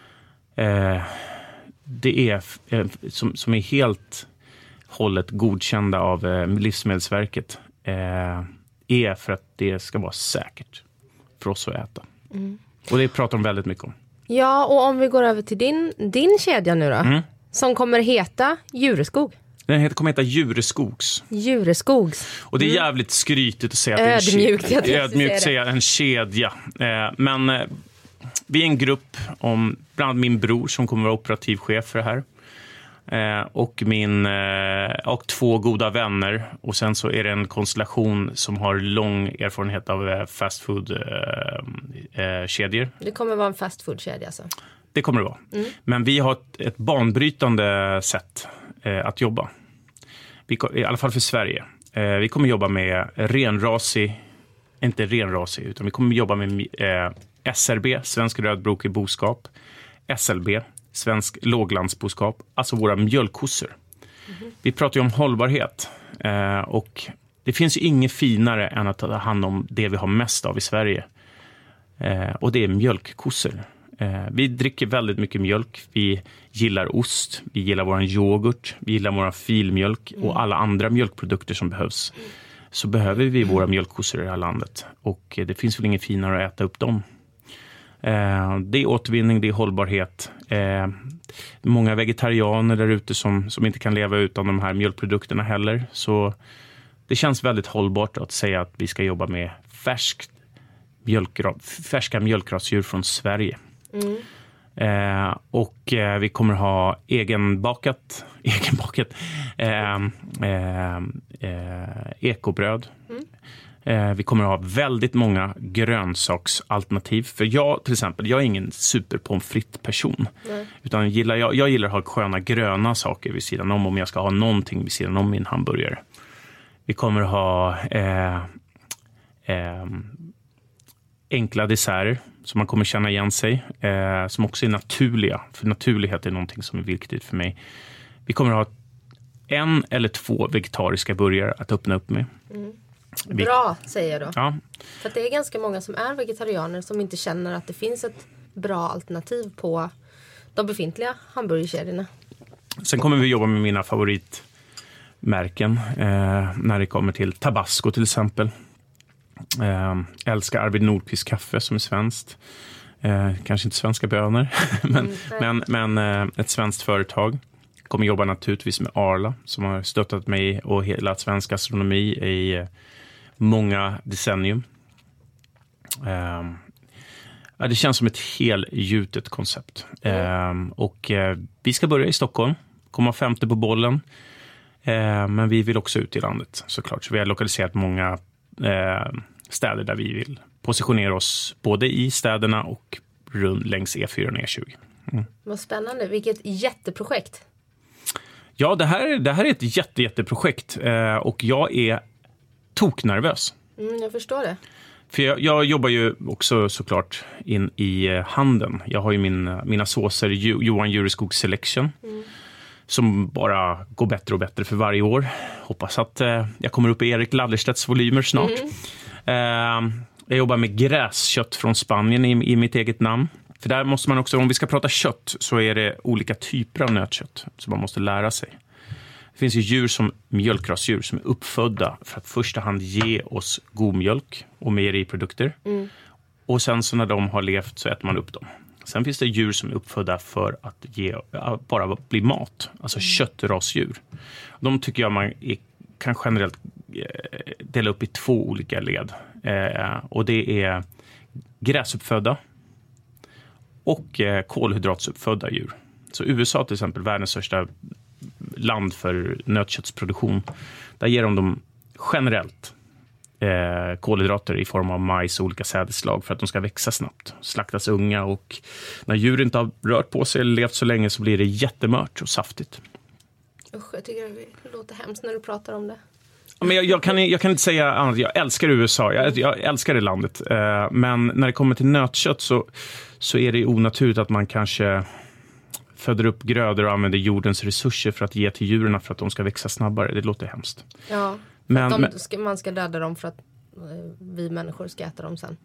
det är som är helt hållet godkända av Livsmedelsverket är för att det ska vara säkert för oss att äta. Och det pratar de väldigt mycket om. Ja, och om vi går över till din kedja nu då. Som kommer heta Djureskog. Den kommer heta Djureskogs. Och det är jävligt skrytigt att säga att ödmjukt säga en kedja. Men vi är en grupp om bland annat min bror som kommer vara operativ chef för det här. och 2 goda vänner. Och sen så är det en konstellation som har lång erfarenhet av fastfood-kedjor. Det kommer vara en fastfood-kedja alltså? Det kommer det vara. Men vi har ett banbrytande sätt att jobba. I alla fall för Sverige. Vi kommer jobba med inte renrasig, utan vi kommer jobba med SRB, Svensk rödbrokig boskap, SLB, Svensk låglandsboskap, alltså våra mjölkkossor. Vi pratar ju om hållbarhet och det finns ju inget finare än att ta hand om det vi har mest av i Sverige. Och det är mjölkkossor. Vi dricker väldigt mycket mjölk. Vi gillar ost, vi gillar våran yoghurt, vi gillar våran filmjölk och alla andra mjölkprodukter som behövs. Så behöver vi våra mjölkkossor i det här landet. Och det finns väl inget finare att äta upp dem. Det är återvinning, det är hållbarhet. Många vegetarianer där ute som inte kan leva utan de här mjölkprodukterna heller. Så det känns väldigt hållbart att säga att vi ska jobba med färska mjölkrasdjur från Sverige. Och vi kommer ha egenbakat ekobröd. Vi kommer ha väldigt många grönsaksalternativ. För jag är ingen superpommes frites-person. Utan jag gillar att ha sköna gröna saker vid sidan om jag ska ha någonting vid sidan om min hamburgare. Vi kommer ha enkla desserter som man kommer känna igen sig. Som också är naturliga. För naturlighet är någonting som är viktigt för mig. Vi kommer ha 1 eller 2 vegetariska burgare att öppna upp med. Bra, säger jag då. Ja. För att det är ganska många som är vegetarianer som inte känner att det finns ett bra alternativ på de befintliga hamburgerkedjorna. Sen kommer vi jobba med mina favoritmärken när det kommer till Tabasco till exempel. Älskar Arvid Nordqvist kaffe som är svenskt. Kanske inte svenska bönor men ett svenskt företag. Kommer jobba naturligtvis med Arla som har stöttat mig och hela svensk gastronomi i många decennium. Det känns som ett helgjutet koncept. Och vi ska börja i Stockholm, komma 50 på bollen. Men vi vill också ut i landet såklart. Så vi har lokaliserat många städer där vi vill positionera oss både i städerna och runt längs E4 och E20. Vad spännande, vilket jätteprojekt. Ja, det här är ett jätteprojekt och jag är toknervös. Jag förstår det. För jag jobbar ju också såklart in i handeln. Jag har ju mina såser Johan Jureskog Selection som bara går bättre och bättre för varje år. Hoppas att jag kommer upp i Erik Ladlerstedts volymer snart. Jag jobbar med gräskött från Spanien i mitt eget namn. För där måste man också, om vi ska prata kött så är det olika typer av nötkött som man måste lära sig. Det finns ju djur som mjölkrasdjur som är uppfödda för att första hand ge oss god mjölk och mejeriprodukter. Och sen så när de har levt så äter man upp dem. Sen finns det djur som är uppfödda för att bara bli mat, alltså köttrasdjur. De tycker jag man kan generellt dela upp i 2 olika led. Och det är gräsuppfödda och kolhydratsuppfödda djur. Så USA till exempel, världens största land för nötköttsproduktion. Där ger de dem generellt kolhydrater i form av majs och olika sädesslag för att de ska växa snabbt. Slaktas unga och när djur inte har rört på sig eller levt så länge så blir det jättemört och saftigt. Usch, jag tycker det låter hemskt när du pratar om det. Men jag kan inte säga annat. Jag älskar USA. Jag älskar det landet. Men när det kommer till nötkött så är det onaturligt att man kanske föder upp grödor och använder jordens resurser för att ge till djuren för att de ska växa snabbare. Det låter hemskt. Ja, man ska döda dem för att vi människor ska äta dem sen.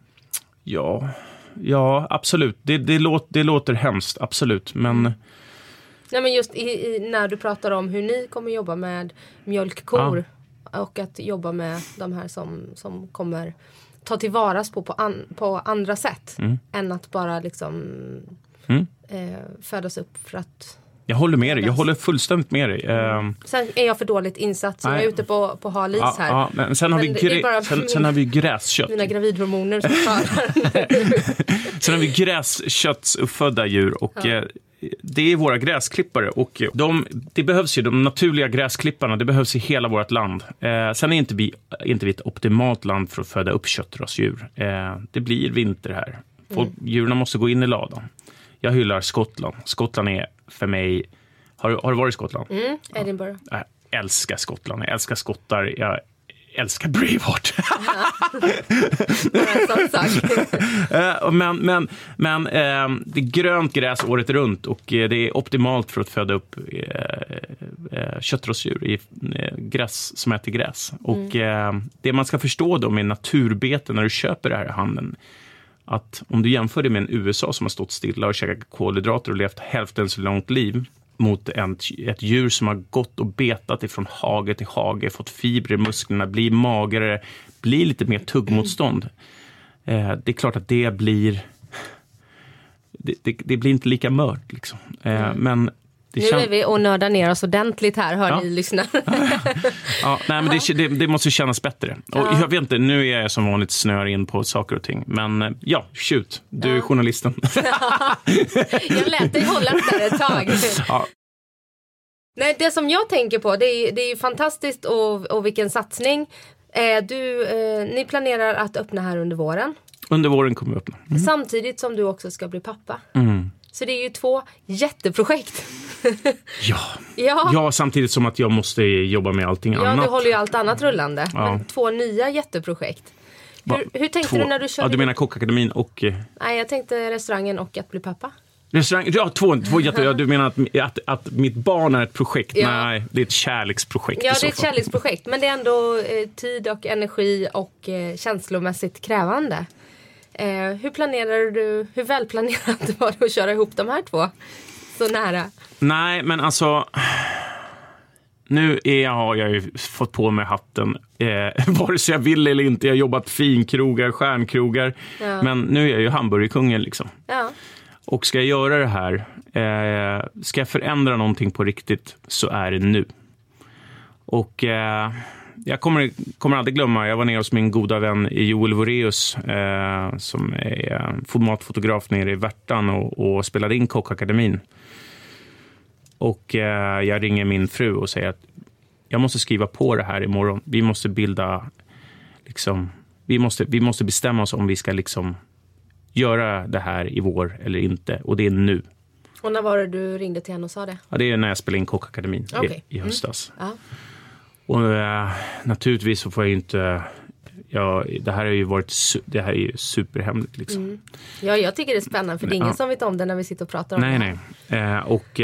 Ja, absolut. Det låter hemskt, absolut. Men... Nej, men just när du pratar om hur ni kommer jobba med mjölkkor och att jobba med de här som kommer ta tillvaras på andra sätt än att bara liksom födas upp för att... Jag håller med dig, jag håller fullständigt med dig. Sen är jag för dåligt insatt så jag är ute på halis här. Ja, men sen har vi gräskött. Mina gravidhormoner som talar. Sen har vi gräsköttsuppfödda djur och det är våra gräsklippare och det behövs ju, de naturliga gräsklipparna, det behövs i hela vårt land. Sen är inte vi ett optimalt land för att föda upp köttrasdjur. Det blir vinter här. Djuren måste gå in i ladan. Jag hyllar Skottland. Skottland är för mig... Har du varit i Skottland? Edinburgh. Jag älskar Skottland. Jag älskar skottar. Jag älskar Braveheart. Men det är grönt gräs året runt och det är optimalt för att föda upp köttrasdjur i gräs som äter gräs. Och det man ska förstå då med naturbeten när du köper det här i handeln, att om du jämför det med en USA som har stått stilla och käkat kolhydrater och levt hälften så långt liv mot ett djur som har gått och betat ifrån hage till hage, fått fibrer i musklerna, blir magare, blir lite mer tuggmotstånd. Det är klart att det blir inte lika mört liksom. Men nu är vi och nördar ner oss ordentligt här, hör ni lyssnar. Nej, men det måste kännas bättre. Och jag vet inte, nu är jag som vanligt snör in på saker och ting. Men shoot, du är journalisten. Jag lät dig hålla där ett tag. Nej, det som jag tänker på, det är ju fantastiskt och vilken satsning. Ni planerar att öppna här under våren. Under våren kommer vi öppna. Samtidigt som du också ska bli pappa. Så det är ju 2 jätteprojekt. Ja, samtidigt som att jag måste jobba med allting annat. Ja, du håller ju allt annat rullande. Men 2 nya jätteprojekt. Hur tänkte du när du körde? Ja, du menar Kockakademin och... Nej, jag tänkte restaurangen och att bli pappa. Restaurang, ja, 2 jätte. Du menar att mitt barn är ett projekt? Ja. Nej, det är ett kärleksprojekt. Ja, det är ett kärleksprojekt. Men det är ändå tid och energi och känslomässigt krävande. Hur välplanerat var det att köra ihop de här 2 så nära? Nej, men alltså nu har jag ju fått på mig hatten vare sig jag vill eller inte. Jag har jobbat finkrogar, stjärnkrogar, men nu är jag ju hamburgerkungen liksom. Ja. Och ska jag göra det här, ska jag förändra någonting på riktigt, så är det nu. Och jag kommer aldrig glömma, jag var nere hos min goda vän Joel Voreus som är formatfotograf nere i Värtan och spelade in Kockakademin. Och jag ringer min fru och säger att jag måste skriva på det här imorgon. Vi måste bilda, liksom, vi måste bestämma oss om vi ska liksom göra det här i vår eller inte. Och det är nu. Och när var det du ringde till henne och sa det? Ja, det är när jag spelade in Kockakademin i höstas. Och naturligtvis så får jag inte... det här är ju superhemligt liksom. Ja, jag tycker det är spännande för det är ingen som vet om det när vi sitter och pratar om det. Nej. Och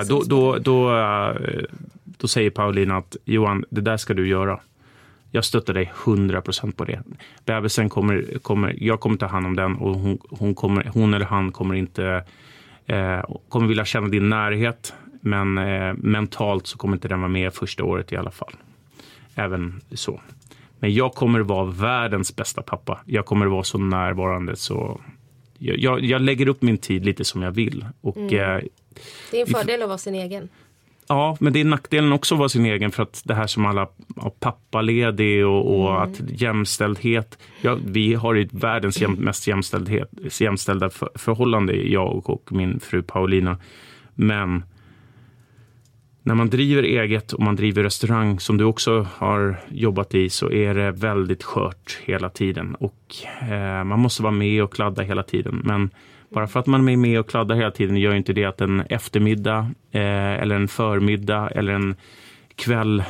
då säger Paulina att Johan, det där ska du göra. Jag stöttar dig 100% på det. Bebisen jag kommer ta hand om den och hon eller han kommer inte kommer vilja känna din närhet, men mentalt så kommer inte den vara med första året i alla fall. Även så. Men jag kommer vara världens bästa pappa. Jag kommer vara så närvarande så jag lägger upp min tid lite som jag vill. Och, det är en fördel att vara sin egen. Ja, men det är nackdelen också att vara sin egen, för att det här som alla pappaledig och att jämställdhet. Vi har ju världens mest jämställda förhållande, jag och min fru Paulina. Men när man driver eget och man driver restaurang som du också har jobbat i, så är det väldigt skört hela tiden. Och man måste vara med och kladda hela tiden. Men bara för att man är med och kladdar hela tiden gör inte det att en eftermiddag eller en förmiddag eller en kväll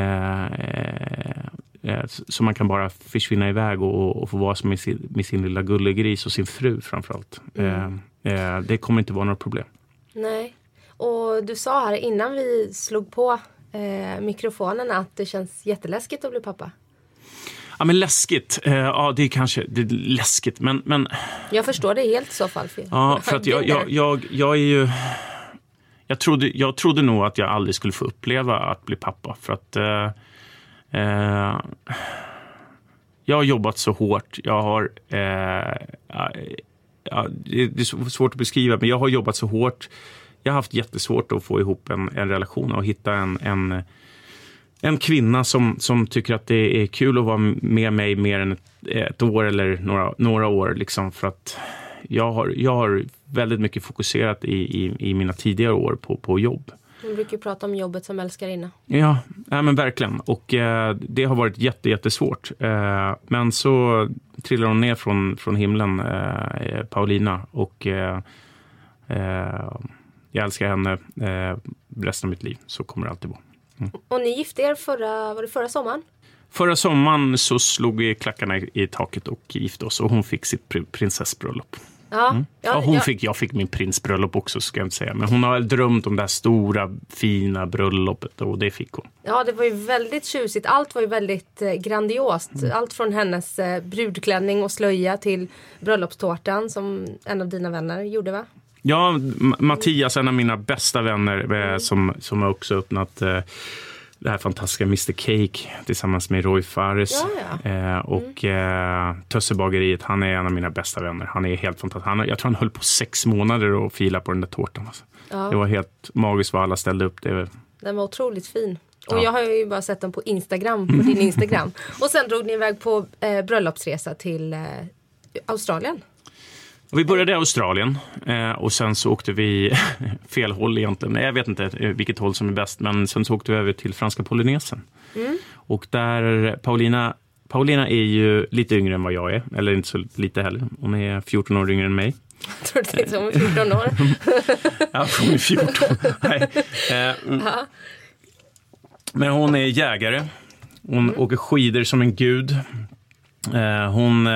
så man kan bara försvinna iväg och få vara med sin lilla gullegris och sin fru framförallt. Det kommer inte vara några problem. Nej. Och du sa här innan vi slog på mikrofonen att det känns jätteläskigt att bli pappa. Ja, men läskigt. Ja, det är läskigt. Men... Jag förstår det helt i så fall. Ja, för att jag är ju... Jag trodde nog att jag aldrig skulle få uppleva att bli pappa. För att jag har jobbat så hårt. Jag har... det är svårt att beskriva, men jag har jobbat så hårt. Jag har haft jättesvårt att få ihop en relation och hitta en kvinna som tycker att det är kul att vara med mig mer än ett år eller några år liksom, för att jag har väldigt mycket fokuserat i mina tidigare år på jobb. Du brukar ju prata om jobbet som älskarinna. Ja, men verkligen. Och det har varit jättesvårt. Men så trillar hon ner från himlen, Paulina. Och jag älskar henne resten av mitt liv. Så kommer det alltid vara. Och ni gifte er förra sommaren? Förra sommaren så slog vi klackarna i taket och gifte oss. Och hon fick sitt prinsessbröllop. Jag fick min prinsbröllop också, ska jag inte säga. Men hon har drömt om det här stora, fina bröllopet och det fick hon. Ja, det var ju väldigt tjusigt. Allt var ju väldigt grandiost. Allt från hennes brudklänning och slöja till bröllopstårtan som en av dina vänner gjorde, va? Ja, Mattias, en av mina bästa vänner som har också öppnat det här fantastiska Mr. Cake tillsammans med Roy Fares och Tössebageriet. Han är en av mina bästa vänner. Han är helt fantastisk. Jag tror han höll på 6 månader och fila på den där tårtan. Alltså. Ja. Det var helt magiskt vad alla ställde upp. Den var otroligt fin. Och jag har ju bara sett den på Instagram, på din Instagram. Och sen drog ni iväg på bröllopsresa till Australien. Vi började i Australien och sen så åkte vi fel håll egentligen. Jag vet inte vilket håll som är bäst, men sen så åkte vi över till franska Polynesien. Och där Paulina är ju lite yngre än vad jag är, eller inte så lite heller. Hon är 14 år yngre än mig. Jag tror det är som 14 år. Ja, hon är 14. Nej. Men hon är jägare. Hon åker skidor som en gud. Hon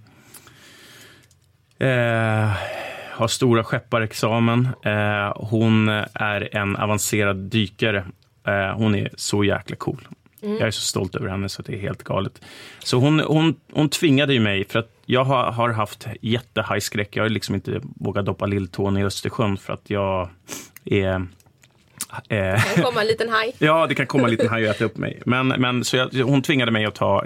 har stora skepparexamen. Hon är en avancerad dykare. Hon är så jäkla cool. Jag är så stolt över henne så det är helt galet. Så hon tvingade ju mig, för att jag har haft jättehajskräck. Jag har liksom inte vågat doppa lilltån i Östersjön för att jag är... Det kan komma en liten haj. Ja, det kan komma en liten haj och äta upp mig. Men så hon tvingade mig att ta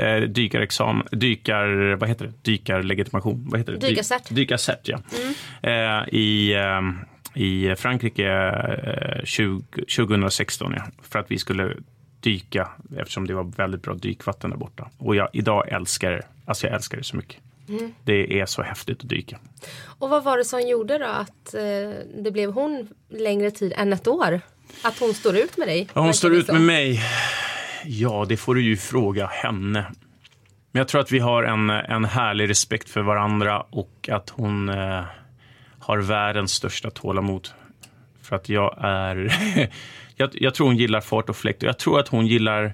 dykarlegitimation. Vad heter det? Dykarcert, ja. I Frankrike 2016, ja. För att vi skulle dyka, eftersom det var väldigt bra dykvatten där borta. Och idag älskar det. Alltså jag älskar det så mycket. Det är så häftigt att dyka. Och vad var det som gjorde då att det blev hon längre tid än ett år? Att hon står ut med dig? Ja, hon står ut med mig. Ja, det får du ju fråga henne. Men jag tror att vi har en härlig respekt för varandra och att hon har världens största tålamod. För att jag är... jag tror hon gillar fart och fläkt. Och jag tror att hon gillar...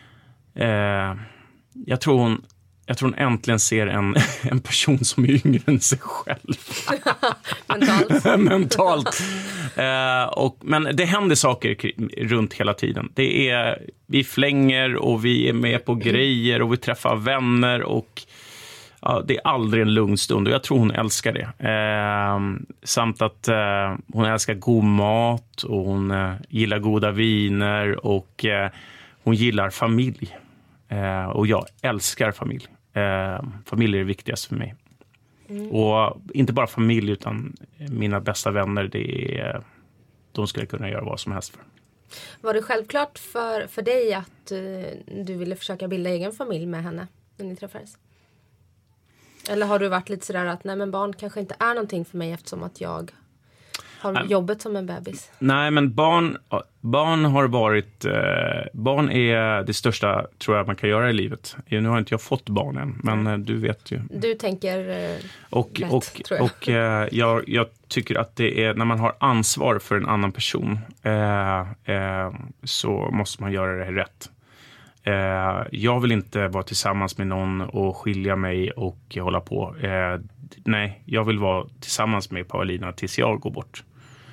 Jag tror hon äntligen ser en person som är yngre än sig själv. Mentalt. Men det händer saker runt hela tiden. Vi flänger och vi är med på grejer och vi träffar vänner och det är aldrig en lugn stund och jag tror hon älskar det. Samt att hon älskar god mat och hon gillar goda viner och hon gillar familj. Och jag älskar familj. Familj är det viktigaste för mig. Och inte bara familj utan mina bästa vänner, de skulle kunna göra vad som helst för. Var det självklart för dig att du ville försöka bilda egen familj med henne när ni träffades? Eller har du varit lite sådär att nej, men barn kanske inte är någonting för mig eftersom att jag har jobbet som en bebis? Nej, men barn har varit... barn är det största, tror jag, man kan göra i livet. Nu har inte jag fått barn än, men du vet ju. Du tänker lätt, tror jag. Och jag tycker att det är... När man har ansvar för en annan person så måste man göra det rätt. Jag vill inte vara tillsammans med någon och skilja mig och hålla på. Nej, jag vill vara tillsammans med Paulina tills jag går bort.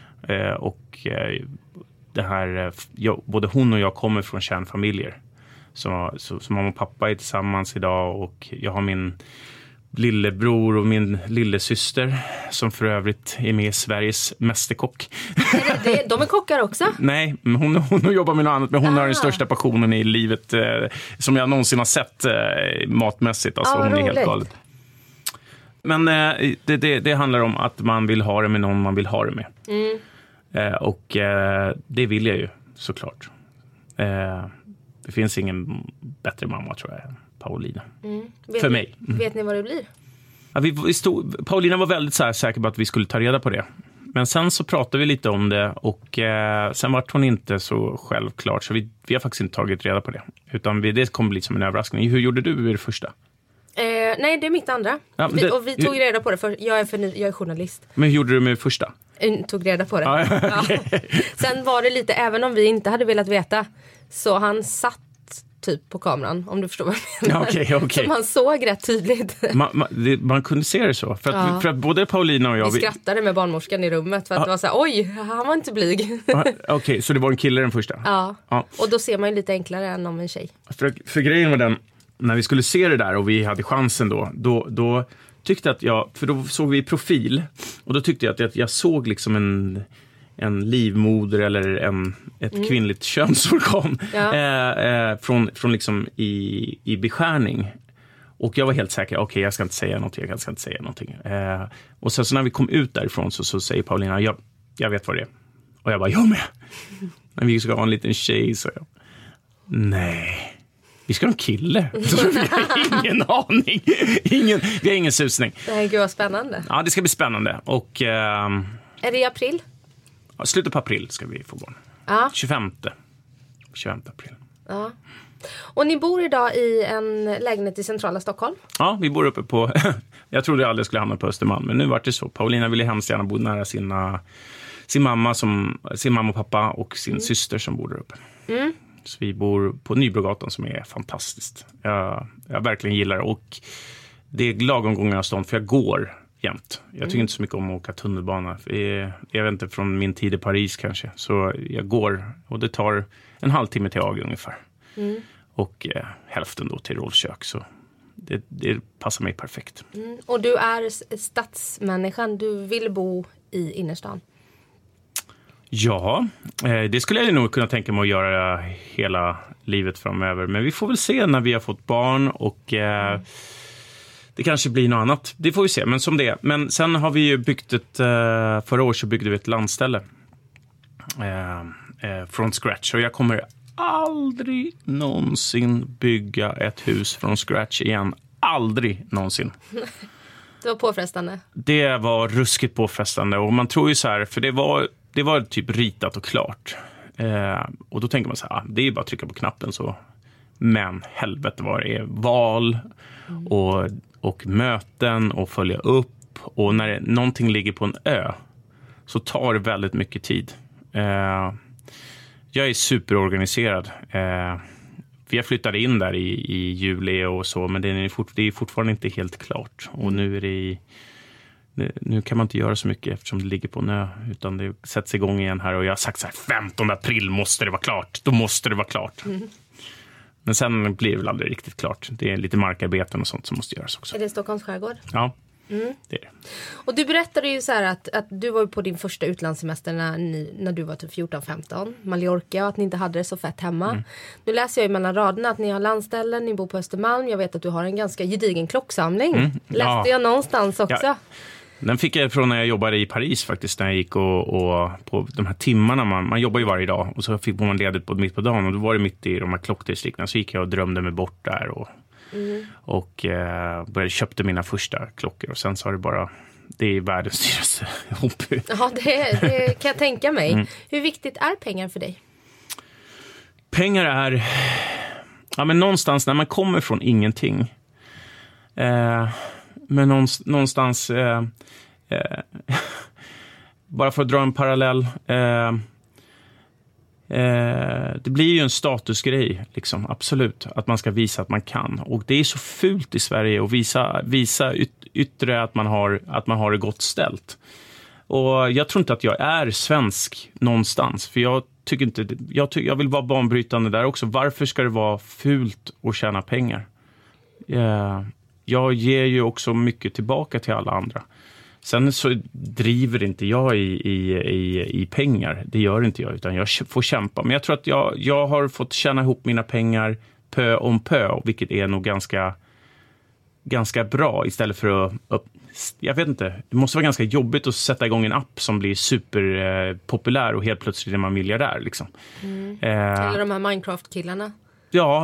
Det här, både hon och jag kommer från kärnfamiljer. Så mamma och pappa är tillsammans idag och jag har min lillebror och min lillesyster som för övrigt är med i Sveriges mästerkock. De är kockar också? Nej, hon jobbar med något annat, men hon har den största passionen i livet som jag någonsin har sett matmässigt. Alltså hon är helt galet. Men det handlar om att man vill ha det med någon man vill ha det med. Och det vill jag ju såklart. Det finns ingen bättre mamma, tror jag, än Paulina. För mig. Vet ni vad det blir? Ja, Paulina var väldigt så här säker på att vi skulle ta reda på det. Men sen så pratade vi lite om det och sen var hon inte så självklart. Så vi har faktiskt inte tagit reda på det. Utan det kommer bli som en överraskning. Hur gjorde du det första? Nej, det är mitt andra. Ja, vi tog reda på det för jag är journalist. Men hur gjorde du med första? Tog reda på det. Ja. Sen var det lite, även om vi inte hade velat veta, så han satt typ på kameran, om du förstår vad jag menar. Okay. Så man såg rätt tydligt. Man kunde se det så. För att både Paulina och jag... Vi skrattade med barnmorskan i rummet för att det var så här, oj, han var inte blyg. Okej, så det var en kille den första? Ja, och då ser man ju lite enklare än om en tjej. För grejen var den, när vi skulle se det där och vi hade chansen då tyckte att för då såg vi profil och då tyckte jag att jag såg liksom en livmoder eller ett kvinnligt könsorgan från liksom i beskärning. Och jag var helt säker, okej, jag ska inte säga någonting. Och sen så när vi kom ut därifrån så säger Paulina, jag vet vad det är. Och jag bara, jag med. Men vi ska ha en liten tjej, så jag. Nej. Vi ska ha en kille. Så vi har ingen aning. Vi har ingen susning. Nej, gud vad spännande. Ja, det ska bli spännande. Och, är det i april? Ja, slutet på april ska vi få barn. 25 april. Ja. Och ni bor idag i en lägenhet i centrala Stockholm? Ja, vi bor uppe på... jag trodde jag aldrig skulle hamna på Östermalm, men nu var det så. Paulina ville hemskt gärna bo nära sin mamma och pappa och sin syster som bor där uppe. Mm. Så vi bor på Nybrogatan som är fantastiskt. Jag verkligen gillar det. Och det är lagom gånger av stånd för jag går jämt. Jag tycker inte så mycket om att åka tunnelbana. Jag vet inte, från min tid i Paris kanske. Så jag går och det tar en halvtimme till Hagen ungefär. Mm. Och hälften då till Rolfskök. Så det passar mig perfekt. Mm. Och du är stadsmänniskan. Du vill bo i innerstan. Ja, det skulle jag nog kunna tänka mig att göra hela livet framöver. Men vi får väl se när vi har fått barn och det kanske blir något annat. Det får vi se, men som det är. Men sen har vi ju byggt förra året så byggde vi ett landställe från scratch. Och jag kommer aldrig någonsin bygga ett hus från scratch igen. Aldrig någonsin. Det var påfrestande. Det var ruskigt påfrestande och man tror ju så här, för det var typ ritat och klart. Och då tänker man så här, det är bara att trycka på knappen så. Men helvete vad det är val och möten och följa upp. Och när någonting ligger på en ö så tar det väldigt mycket tid. Jag är superorganiserad. Vi har flyttat in där i juli och så, men det är fortfarande inte helt klart. Och nu kan man inte göra så mycket eftersom det ligger på en ö, utan det sätts igång igen här och jag har sagt så här, 15 april måste det vara klart. Då måste det vara klart. Mm. Men sen blir det väl aldrig riktigt klart. Det är lite markarbeten och sånt som måste göras också. Är det Stockholms skärgård? Ja, det är det. Och du berättade ju så här att du var på din första utlandssemester när du var typ 14-15. Mallorca, och att ni inte hade det så fett hemma. Mm. Nu läser jag ju mellan raderna att ni har landställen, ni bor på Östermalm. Jag vet att du har en ganska gedigen klocksamling. Läste jag någonstans också. Ja. Den fick jag från när jag jobbade i Paris faktiskt, när jag gick och på de här timmarna, man jobbar ju varje dag och så fick man ledigt mitt på dagen och då var det mitt i de här klockdistrikten, så gick jag och drömde mig bort där och köpte mina första klockor och sen så har det är världens dyraste hobby. Ja, det kan jag tänka mig. Mm. Hur viktigt är pengar för dig? Pengar är, men någonstans när man kommer från ingenting, men någonstans bara för att dra en parallell, det blir ju en statusgrej liksom, absolut, att man ska visa att man kan, och det är så fult i Sverige att visa yttre att man har det gott ställt, och jag tror inte att jag är svensk någonstans, för jag tycker inte, jag vill vara banbrytande där också. Varför ska det vara fult att tjäna pengar? Jag ger ju också mycket tillbaka till alla andra. Sen så driver inte jag i pengar. Det gör inte jag, utan jag får kämpa. Men jag tror att jag har fått tjäna ihop mina pengar pö om pö, vilket är nog ganska bra, istället för att jag vet inte, det måste vara ganska jobbigt att sätta igång en app som blir superpopulär och helt plötsligt är man miljardär liksom. Eller de här Minecraft-killarna. Ja,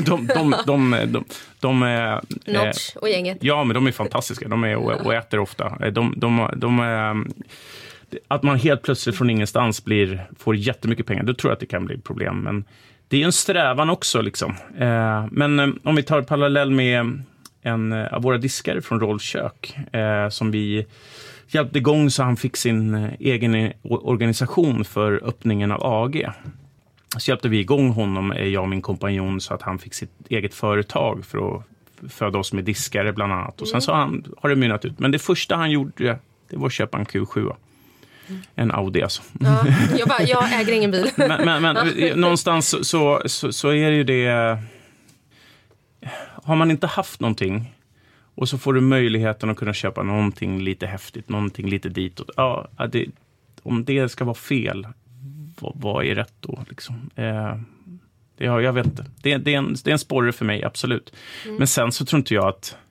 de är... Notch och gänget. Ja, men de är fantastiska. De är och äter ofta. De är... Att man helt plötsligt från ingenstans får jättemycket pengar, då tror jag att det kan bli problem. Men det är en strävan också. Liksom. Men om vi tar parallell med en av våra diskare från Rolls kök som vi hjälpte igång så han fick sin egen organisation för öppningen av AG. Så hjälpte vi igång honom, jag och min kompanjon, så att han fick sitt eget företag för att föda oss med diskare bland annat. Och sen så har det mynnat ut. Men det första han gjorde, det var att köpa en Q7. En Audi alltså. Ja, jag äger ingen bil. men någonstans så är det ju det... Har man inte haft någonting och så får du möjligheten att kunna köpa någonting lite häftigt, någonting lite ditåt. Ja, om det ska vara fel, vad är rätt då? Liksom? Jag vet inte. Det är en sporre för mig, absolut. Men sen så tror inte jag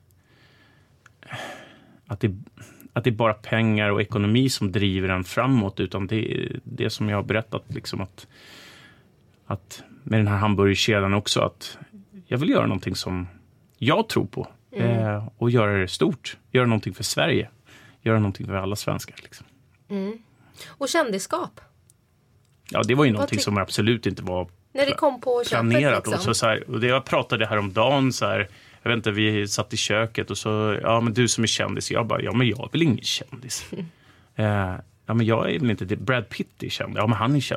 att det är bara pengar och ekonomi som driver en framåt, utan det som jag har berättat liksom att med den här hamburgerkedjan också, att jag vill göra någonting som jag tror på och göra det stort, göra någonting för Sverige, göra någonting för alla svenskar liksom. Och kändisskap? Ja, det var ju någonting som absolut inte var när det kom på planerat. Liksom. Och så här, och det jag pratade här om dagen så här, jag vet inte, vi satt i köket och så, ja men du som är kändis, jag bara, ja men jag är väl ingen kändis. Ja men jag är väl inte det. Brad Pitt är känd. Ja men han är känd.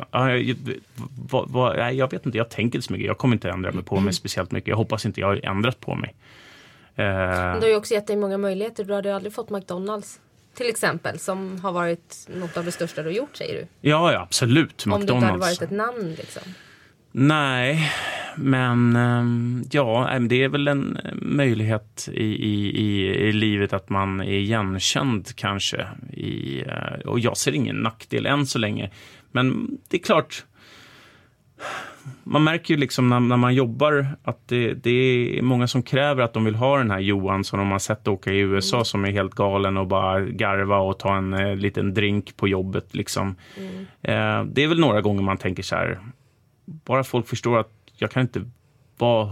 Jag vet inte, jag tänker inte så mycket. Jag kommer inte ändra mig på mig speciellt mycket. Jag hoppas inte jag har ändrat på mig. Men du har ju också gett dig många möjligheter. Du hade ju aldrig fått McDonalds till exempel, som har varit något av det största du har gjort, säger du. Ja absolut. Om McDonald's. det inte hade varit ett namn liksom. Nej, men det är väl en möjlighet i livet att man är igenkänd kanske. Och jag ser ingen nackdel än så länge. Men det är klart, man märker ju liksom när man jobbar att det är många som kräver att de vill ha den här Johan som de har sett åka i USA som är helt galen och bara garva och ta en liten drink på jobbet. Liksom. Det är väl några gånger man tänker så här, bara folk förstår att jag kan inte vara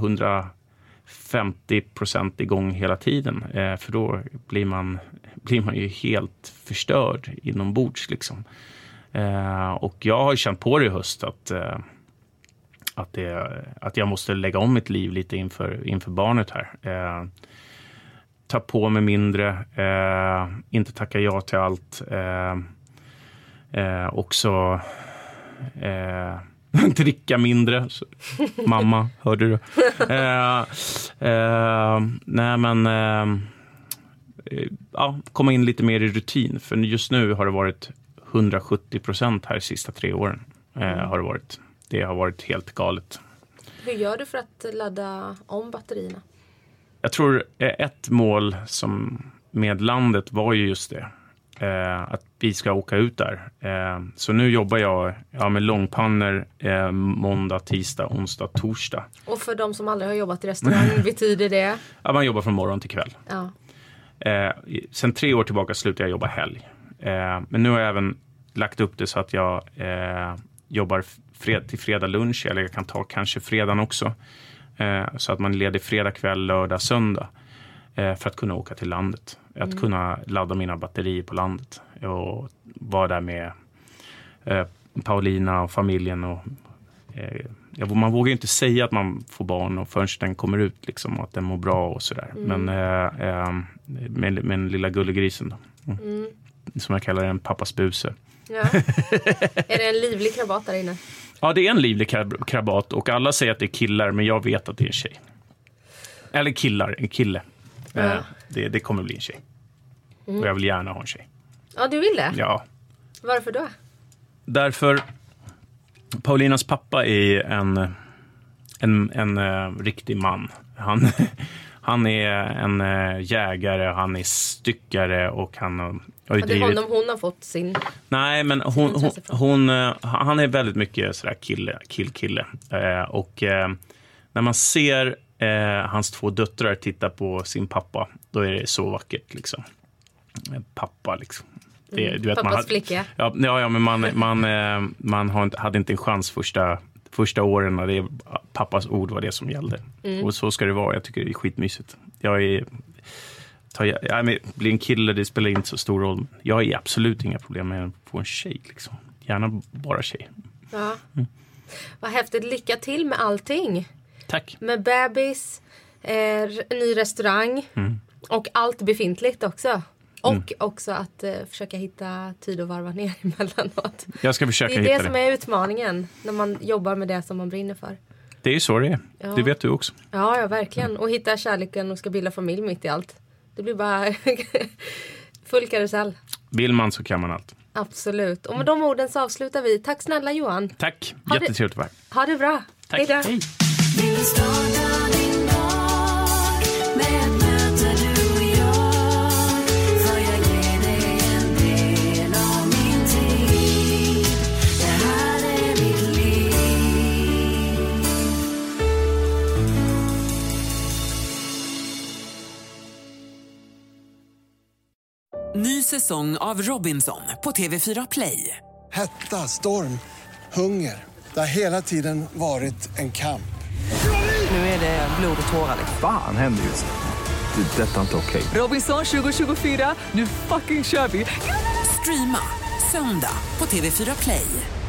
150% igång hela tiden. För då blir man ju helt förstörd inombords. Liksom. Och jag har känt på det i höst att jag måste lägga om mitt liv lite inför barnet här. Ta på mig mindre. Inte tacka ja till allt. Också... dricka mindre. Mamma, hörde du? Nej men komma in lite mer i rutin. För just nu har det varit 170% här de sista 3 åren. Det har varit helt galet. Hur gör du för att ladda om batterierna? Jag tror ett mål som med landet var ju just det. Att vi ska åka ut där. Så nu jobbar jag med långpannor måndag, tisdag, onsdag, torsdag. Och för de som aldrig har jobbat i restaurang, betyder det? Ja, man jobbar från morgon till kväll. Ja. Sen 3 år tillbaka slutar jag jobba helg. Men nu har jag även lagt upp det så att jag jobbar till fredag lunch, eller jag kan ta kanske fredagen också. Så att man leder fredag kväll, lördag, söndag. För att kunna åka till landet. Att kunna ladda mina batterier på landet. Och vara där med Paulina och familjen. Och, man vågar ju inte säga att man får barn och förrän den kommer ut. Liksom, och att den mår bra och sådär. Men med den lilla gullegrisen då. Som jag kallar en pappas buse. Ja. Är det en livlig krabat där inne? Ja, det är en livlig krabat. Och alla säger att det är killar, men jag vet att det är en tjej. Eller en kille. Det kommer bli en tjej. Och jag vill gärna ha en tjej. Ja, du vill det? Ja. Varför då? Därför Paulinas pappa är en riktig man. Han är en jägare, han är styckare och han har det är honom hon har fått sin... Nej, men han är väldigt mycket sådär kille. Och när man ser hans 2 döttrar titta på sin pappa, då är det så vackert liksom. Pappa liksom. Du vet, pappas flicka. Ja, men man hade inte en chans första åren när det pappas ord var det som gällde. Och så ska det vara. Jag tycker det är skitmysigt. Blir en kille, det spelar inte så stor roll. Jag har absolut inga problem med att få en tjej. Liksom. Gärna bara tjej. Ja. Vad häftigt. Lycka till med allting. Tack. Med bebis, ny restaurang och allt befintligt också. Och också att försöka hitta tid att varva ner emellanåt. Jag ska försöka hitta det. Det är det som är utmaningen när man jobbar med det som man brinner för. Det är ju så det är. Ja. Det vet du också. Ja, verkligen. Och hitta kärleken och ska bilda familj mitt i allt. Det blir bara full karusell. Vill man så kan man allt. Absolut. Och med de orden så avslutar vi. Tack snälla Johan. Tack. Jättetrevligt att vara här. Ha det bra. Tack. Hejdå. Hej. Ny säsong av Robinson på TV4 Play. Hetta, storm, hunger. Det har hela tiden varit en kamp. Nu är det blod och tårar. Fan händer just det. Det är detta inte okej. Robinson 2024, nu fucking kör vi. Streama söndag på TV4 Play.